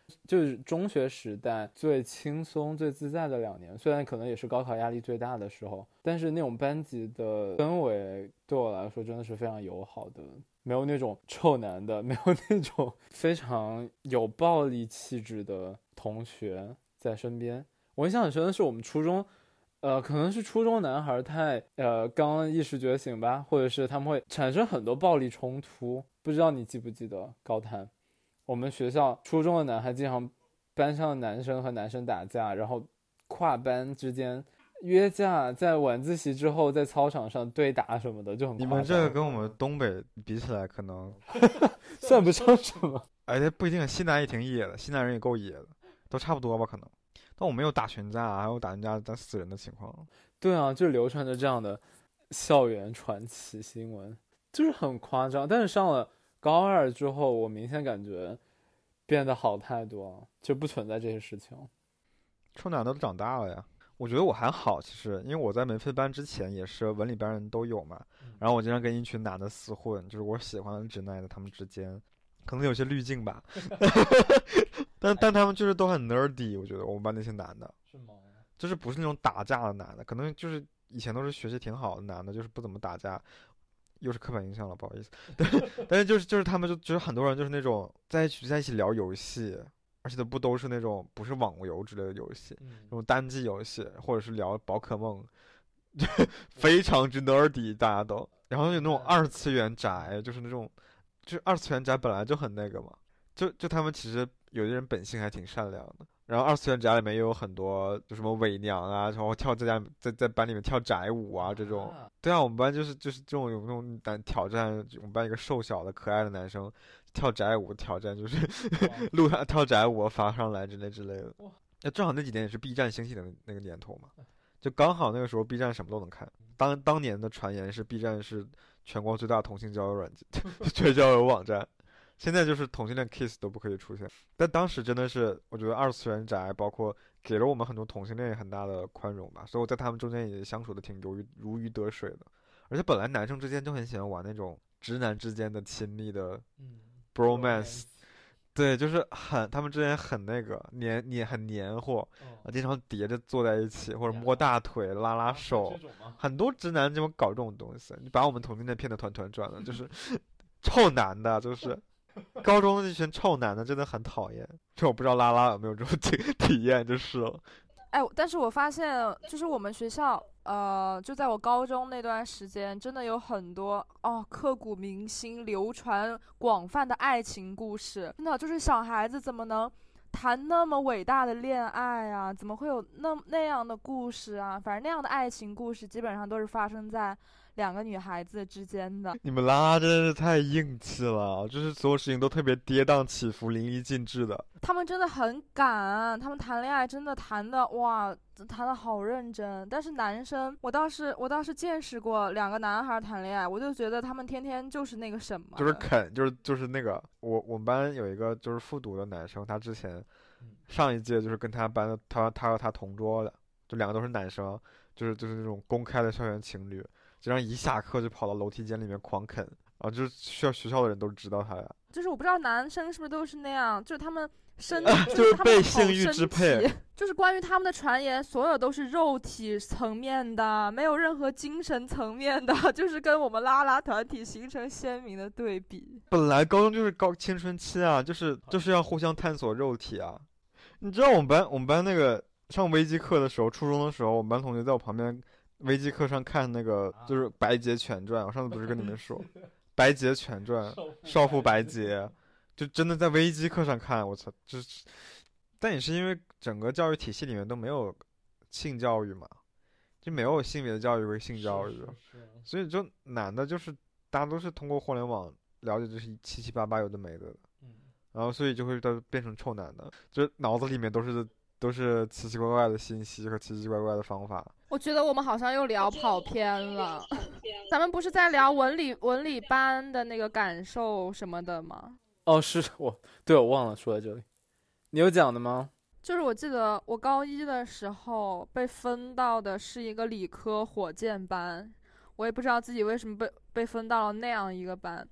就是中学时代最轻松最自在的2年，虽然可能也是高考压力最大的时候，但是那种班级的氛围对我来说真的是非常友好的，没有那种臭男的，没有那种非常有暴力气质的同学在身边。我印象很深的是我们初中可能是初中男孩太刚意识觉醒吧，或者是他们会产生很多暴力冲突。不知道你记不记得高谈，我们学校初中的男孩经常班上的男生和男生打架，然后跨班之间约架，在晚自习之后在操场上对打什么的，就很夸张。 你们这个跟我们东北比起来，可能算不上什么。 哎，不一定，西南也挺野的，西南人也够野的，都差不多吧可能。但我没有打群架，还有打人家打死人的情况。 对啊，就流传着这样的校园传奇新闻，就是很夸张。但是上了高2之后，我明显感觉变得好太多，就不存在这些事情。 臭男的都长大了呀。我觉得我还好，其实因为我在梅飞班之前也是文理班人都有嘛，然后我经常跟一群男的厮混，就是我喜欢的直男的他们之间，可能有些滤镜吧。但他们就是都很 nerdy， 我觉得我们班那些男的， 是吗？ 就是不是那种打架的男的，可能就是以前都是学习挺好的男的，就是不怎么打架，又是刻板印象了，不好意思。但是就是他们就是很多人就是那种在一起聊游戏，而且都是那种不是网游之类的游戏，那种单机游戏，或者是聊宝可梦，非常之 nerdy 大家都。然后有那种二次元宅，就是那种，就是二次元宅本来就很那个嘛，就他们其实有的人本性还挺善良的。然后二次元宅里面也有很多，就什么伪娘啊，然后在班里面跳宅舞啊这种。对啊，我们班就是这种有那种挑战，我们班一个瘦小的可爱的男生跳宅舞挑战，就是录他跳宅舞发上来之类的。那正好那几年也是 B 站兴起的那个年头嘛，就刚好那个时候 B 站什么都能看。当年的传言是 B 站是全国最大同性交友软件，最交友网站。现在就是同性恋 kiss 都不可以出现，但当时真的是，我觉得二次元宅包括给了我们很多同性恋很大的宽容吧，所以我在他们中间也相处的挺如鱼得水的。而且本来男生之间就很喜欢玩那种直男之间的亲密的 bromance，对，就是他们之间很那个很黏糊，经常叠着坐在一起，或者摸大腿、拉手，很多直男就搞这种东西，你把我们同性恋骗得团团转的，就是臭男的，就是高中的那群臭男的真的很讨厌。就我不知道拉拉有没有这种体验就是了。 哎，但是我发现，就是我们学校，就在我高中那段时间，真的有很多刻骨铭心、流传广泛的爱情故事。真的，就是小孩子怎么能谈那么伟大的恋爱啊？怎么会有那样的故事啊？反正那样的爱情故事，基本上都是发生在2个女孩子之间的。 你们拉真的是太硬气了，就是所有事情都特别跌宕起伏、淋漓尽致的。 他们真的很敢，他们谈恋爱真的谈的好认真。但是男生，我倒是见识过2个男孩谈恋爱，我就觉得他们天天就是那个什么， 就是啃，就是那个我们班有一个就是复读的男生，他之前上一届就是跟他班的他和他同桌的，就2个都是男生，就是那种公开的校园情侣。经常一下课就跑到楼梯间里面狂啃，然后就是学校的人都知道他呀。 就是我不知道男生是不是都是那样，就是他们就是被性欲支配。 就是关于他们的传言，所有都是肉体层面的，没有任何精神层面的，就是跟我们拉拉团体形成鲜明的对比。 本来高中就是青春期啊，就是要互相探索肉体啊。你知道我们班那个上微机课的时候，初中的时候，我们班同学在我旁边。微机课上看那个就是《白洁全传》，我上次不是跟你们说，《白洁全传》少妇白洁，就真的在微机课上看，我操，就是，但也是因为整个教育体系里面都没有性教育嘛，就没有性别教育和性教育，所以就男的就是大家都是通过互联网了解这些七七八八有的没的，然后所以就会都变成臭男的，就脑子里面都是奇奇怪怪的信息和奇奇怪怪的方法。 我觉得我们好像又聊跑偏了，咱们不是在聊文理班的那个感受什么的吗？ 是我忘了说在这里。你有讲的吗？ 就是我记得我高1的时候被分到的是一个理科火箭班，我也不知道自己为什么被分到了那样一个班。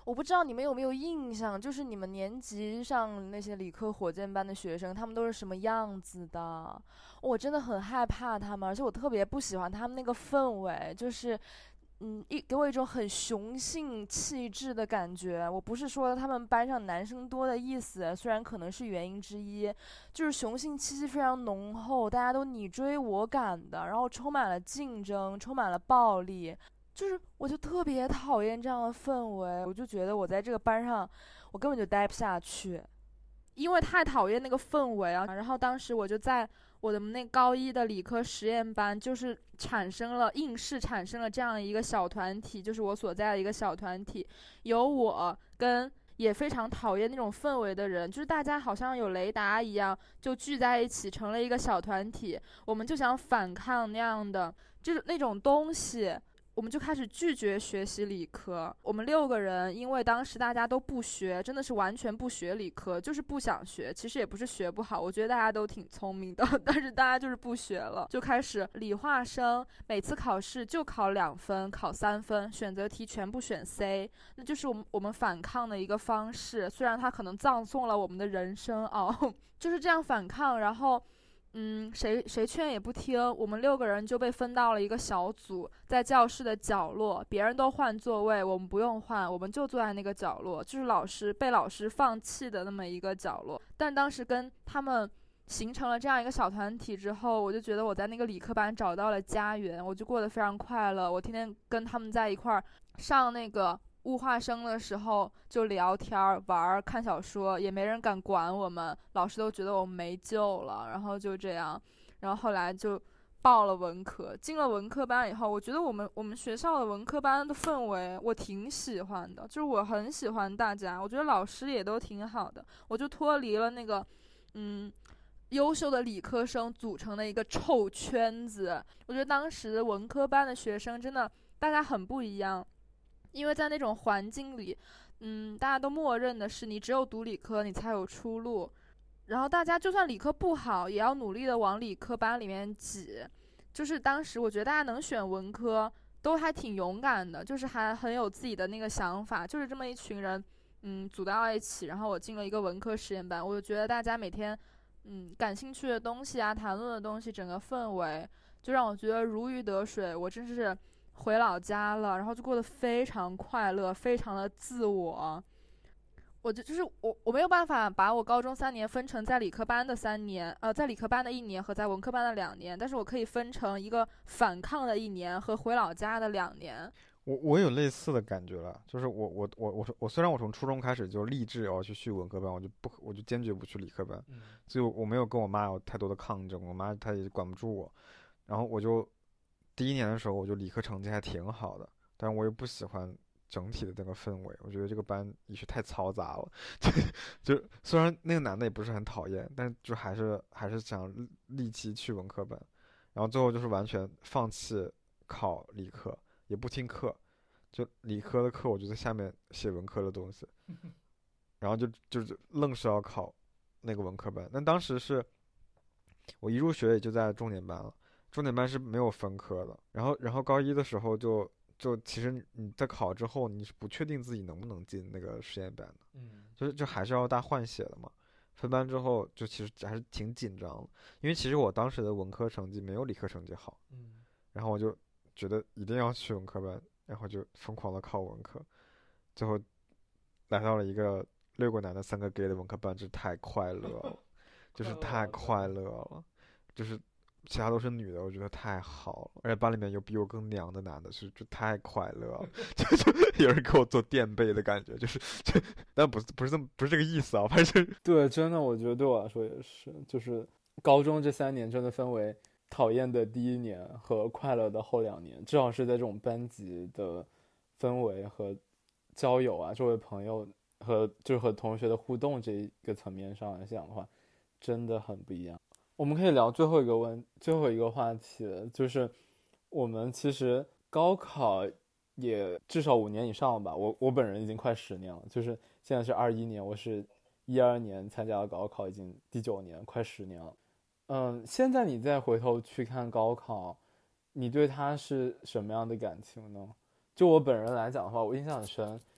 我不知道你们有没有印象，就是你们年级上那些理科火箭班的学生，他们都是什么样子的？我真的很害怕他们，而且我特别不喜欢他们那个氛围，就是给我一种很雄性气质的感觉。我不是说他们班上男生多的意思，虽然可能是原因之一，就是雄性气息非常浓厚，大家都你追我赶的，然后充满了竞争，充满了暴力。就是我就特别讨厌这样的氛围，我就觉得我在这个班上，我根本就待不下去，因为太讨厌那个氛围啊。然后当时我就在我的那高一的理科实验班，就是应试产生了这样一个小团体，就是我所在的一个小团体，有我跟也非常讨厌那种氛围的人，就是大家好像有雷达一样，就聚在一起成了一个小团体，我们就想反抗那样的那种东西。我们就开始拒绝学习理科。我们6个人，因为当时大家都不学，真的是完全不学理科，就是不想学。其实也不是学不好，我觉得大家都挺聪明的，但是大家就是不学了，就开始理化生，每次考试就考2分，考3分，选择题全部选 C， 那就是我们反抗的一个方式。虽然它可能葬送了我们的人生哦，就是这样反抗，然后。谁劝也不听，我们6个人就被分到了一个小组，在教室的角落，别人都换座位，我们不用换，我们就坐在那个角落，就是被老师放弃的那么一个角落。但当时跟他们形成了这样一个小团体之后，我就觉得我在那个理科班找到了家园，我就过得非常快乐。我天天跟他们在一块儿上那个物化生的时候就聊天玩看小说，也没人敢管我们，老师都觉得我们没救了，然后就这样，然后后来就报了文科。进了文科班以后，我觉得我们学校的文科班的氛围我挺喜欢的，就是我很喜欢大家，我觉得老师也都挺好的，我就脱离了那个优秀的理科生组成的一个臭圈子。我觉得当时文科班的学生真的大家很不一样，因为在那种环境里，大家都默认的是你只有读理科你才有出路，然后大家就算理科不好，也要努力的往理科班里面挤。就是当时我觉得大家能选文科都还挺勇敢的，就是还很有自己的那个想法，就是这么一群人，组到一起，然后我进了一个文科实验班，我就觉得大家每天，感兴趣的东西啊，谈论的东西，整个氛围就让我觉得如鱼得水，我真是回老家了，然后就过得非常快乐，非常的自我。我没有办法把我高中3年分成在理科班的3年，在理科班的1年和在文科班的2年，但是我可以分成一个反抗的1年和回老家的2年。 我有类似的感觉了，就是我虽然我从初中开始就立志要去续文科班，我就坚决不去理科班，所以我没有跟我妈有太多的抗争，我妈她也管不住我，然后我就第1年的时候我就理科成绩还挺好的，但是我又不喜欢整体的那个氛围，我觉得这个班也是太嘈杂了，就虽然那个男的也不是很讨厌，但就还是想立即去文科班，然后最后就是完全放弃考理科，也不听课，就理科的课我就在下面写文科的东西，然后就愣是要考那个文科班。但当时是我一入学也就在重点班了，重点班是没有分科的，然后高一的时候就其实你在考之后你是不确定自己能不能进那个实验班的，就还是要大换血的嘛。分班之后就其实还是挺紧张的，因为其实我当时的文科成绩没有理科成绩好，然后我就觉得一定要去文科班，然后就疯狂的考文科，最后来到了一个6个男的3个 gay 的文科班，就是太快乐了，就是太快乐了，就是其他都是女的，我觉得太好了，而且班里面有比我更娘的男的，就太快乐了，就有人给我做垫背的感觉，但不是这个意思啊，反正对，真的，我觉得对我来说也是，就是高中这3年真的分为讨厌的第1年和快乐的后2年，至少是在这种班级的氛围和交友啊，周围朋友就是和同学的互动这一个层面上来讲的话，真的很不一样。我们可以聊最后一个话题，就是我们其实高考也至少5年以上了吧，我本人已经快10年了，就是现在是21年，我是12年参加了高考，已经第9年，快10年了。现在你再回头去看高考，你对它是什么样的感情呢？就我本人来讲的话，我印象很深，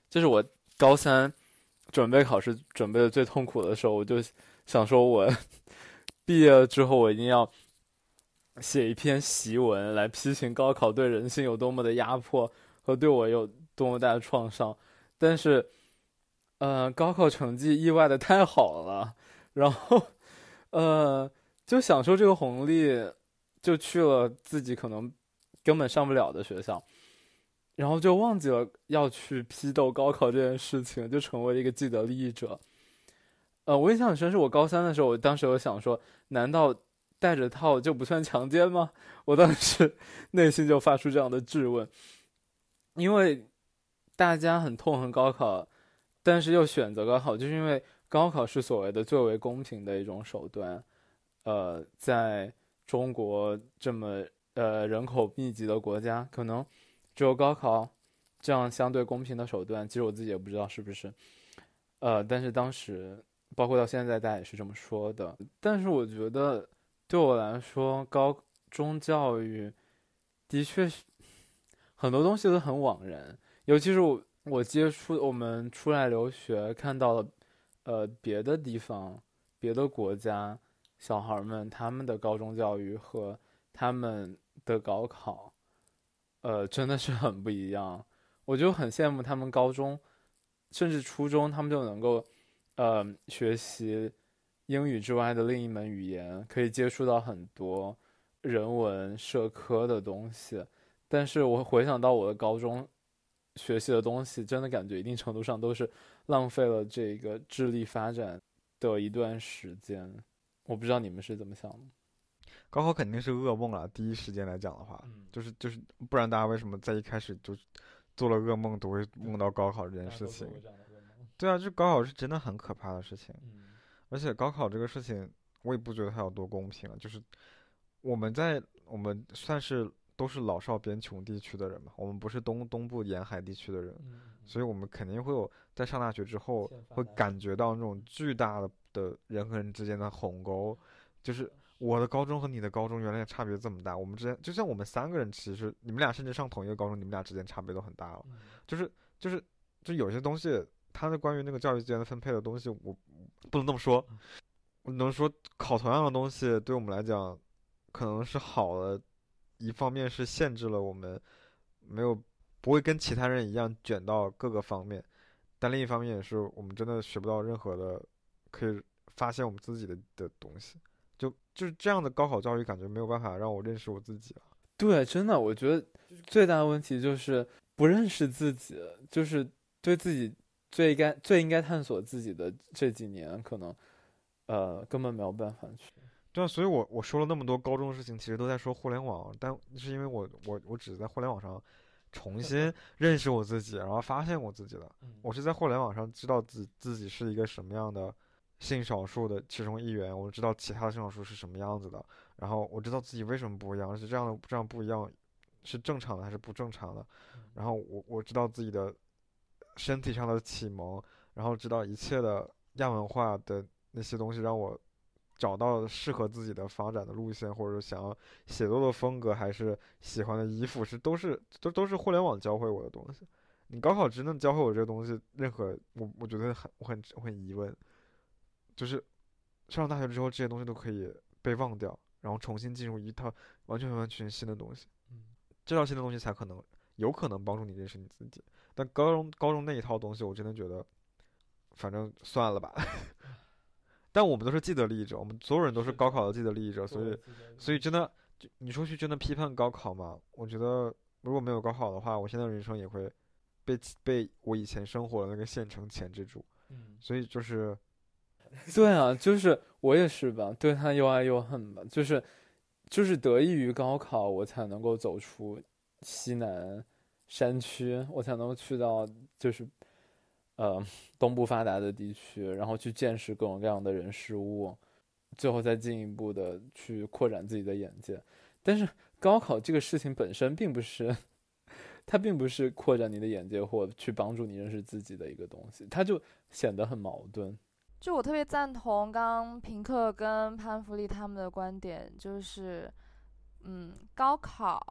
就是我高三准备考试准备的最痛苦的时候，我就想说我毕业了之后我一定要写一篇檄文来批评高考对人性有多么的压迫和对我有多么大的创伤。但是高考成绩意外的太好了，然后就享受这个红利，就去了自己可能根本上不了的学校，然后就忘记了要去批斗高考这件事情，就成为了一个既得利益者。我印象很深，是我高三的时候，我当时有想说，难道戴着套就不算强奸吗？我当时内心就发出这样的质问，因为大家很痛恨高考，但是又选择高考，就是因为高考是所谓的最为公平的一种手段。在中国这么人口密集的国家，可能只有高考这样相对公平的手段，其实我自己也不知道是不是。但是当时包括到现在，大家也是这么说的。但是我觉得对我来说，高中教育的确是很多东西都很枉然，尤其是我接触我们出来留学，看到了别的地方、别的国家小孩们他们的高中教育和他们的高考，真的是很不一样。我就很羡慕他们高中甚至初中他们就能够学习英语之外的另一门语言，可以接触到很多人文社科的东西。但是我回想到我的高中学习的东西，真的感觉一定程度上都是浪费了这个智力发展的一段时间。我不知道你们是怎么想的。 高考肯定是噩梦了，第一时间来讲的话，就是不然大家为什么在一开始就做了噩梦都会梦到高考这件事情？对啊，这高考是真的很可怕的事情。而且高考这个事情我也不觉得它有多公平了，就是我们算是都是老少边穷地区的人嘛，我们不是东部沿海地区的人，所以我们肯定会有在上大学之后会感觉到那种巨大的人和人之间的鸿沟，就是我的高中和你的高中原来差别这么大，我们之间就像我们三个人，其实你们俩甚至上同一个高中，你们俩之间差别都很大了，就有些东西，它的关于那个教育资源的分配的东西，我不能这么说，我能说考同样的东西对我们来讲可能是好的，一方面是限制了我们不会跟其他人一样卷到各个方面，但另一方面也是我们真的学不到任何的可以发现我们自己的东西，就是这样的高考教育感觉没有办法让我认识我自己了。 对，真的，我觉得最大的问题就是不认识自己，就是对自己最应该探索自己的这几年，可能根本没有办法去。 对啊，所以我说了那么多高中的事情，其实都在说互联网，但是因为我只是在互联网上重新认识我自己，然后发现我自己的。我是在互联网上知道自己是一个什么样的性少数的其中一员，我知道其他的性少数是什么样子的，然后我知道自己为什么不一样，是这样不一样是正常的还是不正常的，然后我知道自己的身体上的启蒙，然后知道一切的亚文化的那些东西让我找到适合自己的发展的路线，或者想要写作的风格，还是喜欢的衣服，都是互联网教会我的东西。你高考真的教会我这个东西，任何我觉得我很疑问，就是上了大学之后，这些东西都可以被忘掉，然后重新进入一套完全新的东西。这套新的东西才有可能帮助你认识你自己。但高中那一套东西，我真的觉得，反正算了吧。但我们都是既得利益者，我们所有人都是高考的既得利益者，所以真的，你说去真的批判高考吗？我觉得如果没有高考的话，我现在的人生也会被我以前生活的那个县城钳制住。所以就是， 对啊，就是我也是吧，对他又爱又恨吧，就是得益于高考，我才能够走出西南山区，我才能去到就是东部发达的地区，然后去见识各种各样的人事物，最后再进一步的去扩展自己的眼界。但是高考这个事情本身并不是，它并不是扩展你的眼界或去帮助你认识自己的一个东西，它就显得很矛盾。 就我特别赞同刚刚平克跟潘福利他们的观点，就是，高考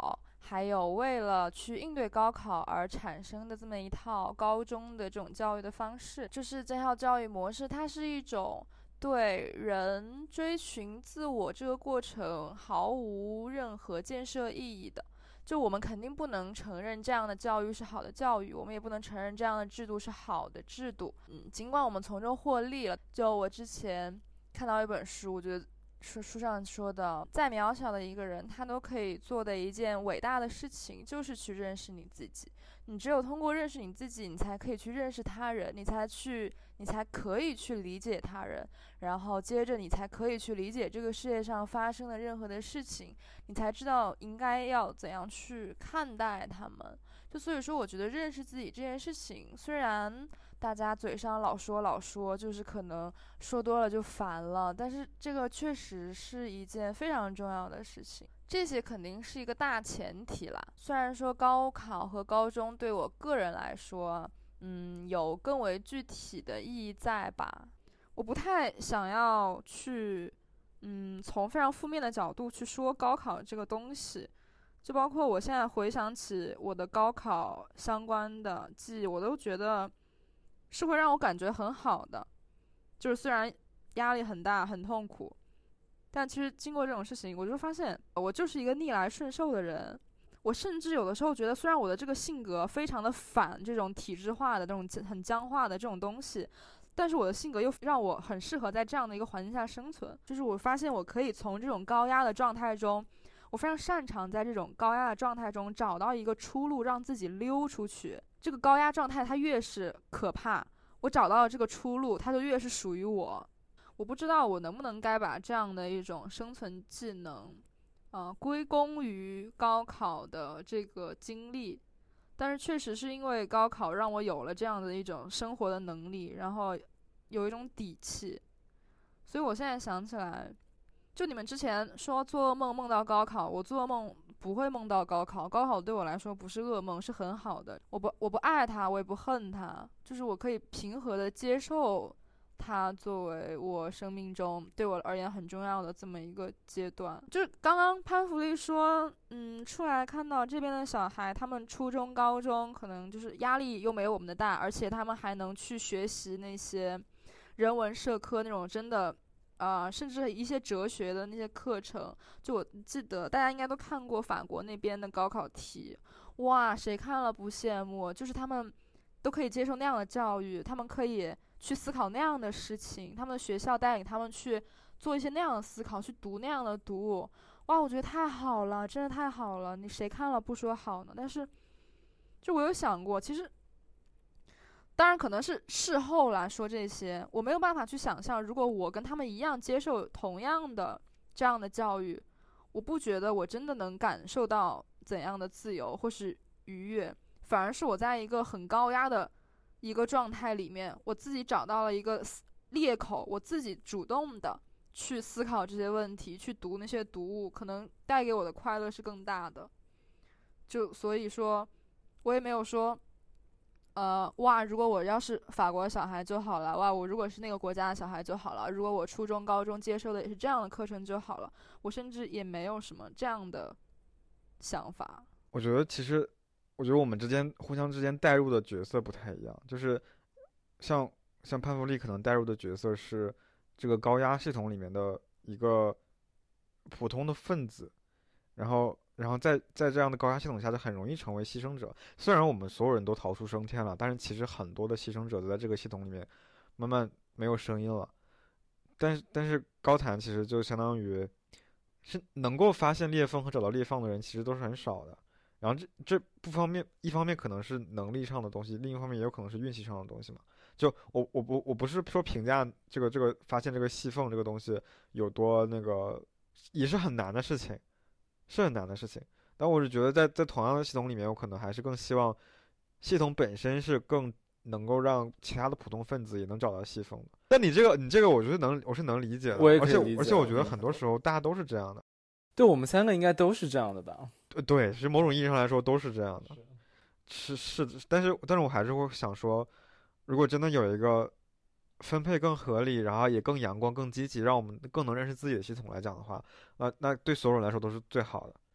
还有为了去应对高考而产生的这么一套高中的这种教育的方式，就是这套教育模式，它是一种对人追寻自我这个过程毫无任何建设意义的。就我们肯定不能承认这样的教育是好的教育，我们也不能承认这样的制度是好的制度。尽管我们从中获利了。就我之前看到一本书，我觉得书上说的，再渺小的一个人，他都可以做的一件伟大的事情，就是去认识你自己。你只有通过认识你自己，你才可以去认识他人，你才可以去理解他人，然后接着你才可以去理解这个世界上发生的任何的事情，你才知道应该要怎样去看待他们。就所以说，我觉得认识自己这件事情，虽然大家嘴上老说，就是可能说多了就烦了，但是这个确实是一件非常重要的事情。这些肯定是一个大前提啦。虽然说高考和高中对我个人来说，有更为具体的意义在吧。我不太想要去，从非常负面的角度去说高考这个东西。就包括我现在回想起我的高考相关的记忆，我都觉得是会让我感觉很好的。就是虽然压力很大很痛苦，但其实经过这种事情，我就发现我就是一个逆来顺受的人。我甚至有的时候觉得，虽然我的这个性格非常的反这种体制化的这种很僵化的这种东西，但是我的性格又让我很适合在这样的一个环境下生存。就是我发现我可以从这种高压的状态中，我非常擅长在这种高压的状态中找到一个出路，让自己溜出去。这个高压状态它越是可怕，我找到了这个出路，它就越是属于我。我不知道我能不能该把这样的一种生存技能归功于高考的这个经历，但是确实是因为高考让我有了这样的一种生活的能力，然后有一种底气。所以我现在想起来，就你们之前说做噩梦梦到高考，我做噩梦不会梦到高考。高考对我来说不是噩梦，是很好的。我不爱它，我也不恨它，就是我可以平和的接受它作为我生命中对我而言很重要的这么一个阶段。就是刚刚潘福利说，出来看到这边的小孩，他们初中高中可能就是压力又没有我们的大，而且他们还能去学习那些人文社科那种真的甚至一些哲学的那些课程。就我记得大家应该都看过法国那边的高考题，哇，谁看了不羡慕？就是他们都可以接受那样的教育，他们可以去思考那样的事情，他们的学校带领他们去做一些那样的思考，去读那样的读物。哇，我觉得太好了，真的太好了，你谁看了不说好呢？但是就我有想过，其实当然可能是事后来说这些，我没有办法去想象，如果我跟他们一样接受同样的这样的教育，我不觉得我真的能感受到怎样的自由或是愉悦，反而是我在一个很高压的一个状态里面，我自己找到了一个裂口，我自己主动的去思考这些问题，去读那些读物，可能带给我的快乐是更大的。就所以说，我也没有说哇，如果我要是法国的小孩就好了，哇，我如果是那个国家的小孩就好了，如果我初中高中接受的也是这样的课程就好了，我甚至也没有什么这样的想法。 我觉得我们互相之间带入的角色不太一样，就是像潘福利可能带入的角色是这个高压系统里面的一个普通的分子，然后在这样的高压系统下，就很容易成为牺牲者。虽然我们所有人都逃出升天了，但是其实很多的牺牲者都在这个系统里面慢慢没有声音了。但是高谈其实就相当于是能够发现裂缝和找到裂缝的人，其实都是很少的。然后一方面可能是能力上的东西，另一方面也有可能是运气上的东西嘛。就我不是说评价这个发现这个细缝这个东西有多那个，也是很难的事情，是很难的事情。但我是觉得在同样的系统里面，我可能还是更希望系统本身是更能够让其他的普通分子也能找到细缝的。但你这个我觉得我是能理解的， 我也可以理解， 而且我觉得很多时候大家都是这样的。 对，我们三个应该都是这样的吧？ 对，是某种意义上来说都是这样的。是，但是我还是会想说，如果真的有一个分配更合理，然后也更阳光、更积极，让我们更能认识自己的系统来讲的话，那对所有人来说都是最好的。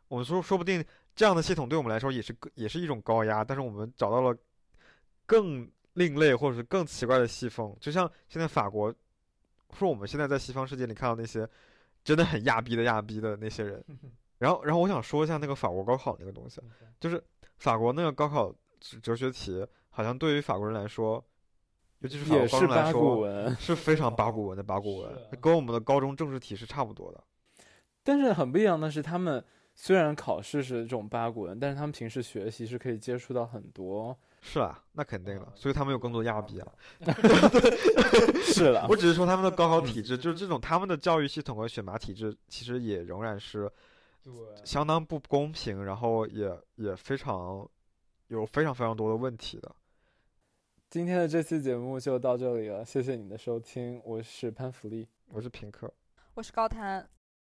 我们说不定这样的系统对我们来说也是一种高压，但是我们找到了更另类或者是更奇怪的细缝，就像现在法国，说我们现在在西方世界里看到那些真的很亚逼的那些人。然后我想说一下那个法国高考那个东西，就是法国那个高考哲学题，好像对于法国人来说，尤其是法国高中来说，是非常八股文的八股文，跟我们的高中政治题是差不多的。 但是很不一样的是，他们虽然考试是这种八股文，但是他们平时学习是可以接触到很多。 是啊，那肯定的，所以他们有更多亚逼啊。 是了， 我只是说他们的高考体制，就是这种他们的教育系统和选拔体制，其实也仍然是相当不公平，然后也非常非常多的问题的。 今天的这期节目就到这里了，谢谢你的收听，我是潘福利， 我是平克， 我是高谈。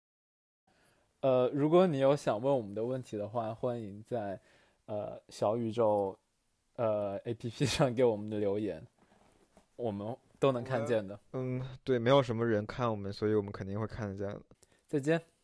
如果你有想问我们的问题的话，欢迎在小宇宙APP 上给我们的留言，我们都能看见的。 对，没有什么人看我们，所以我们肯定会看得见的。 再见。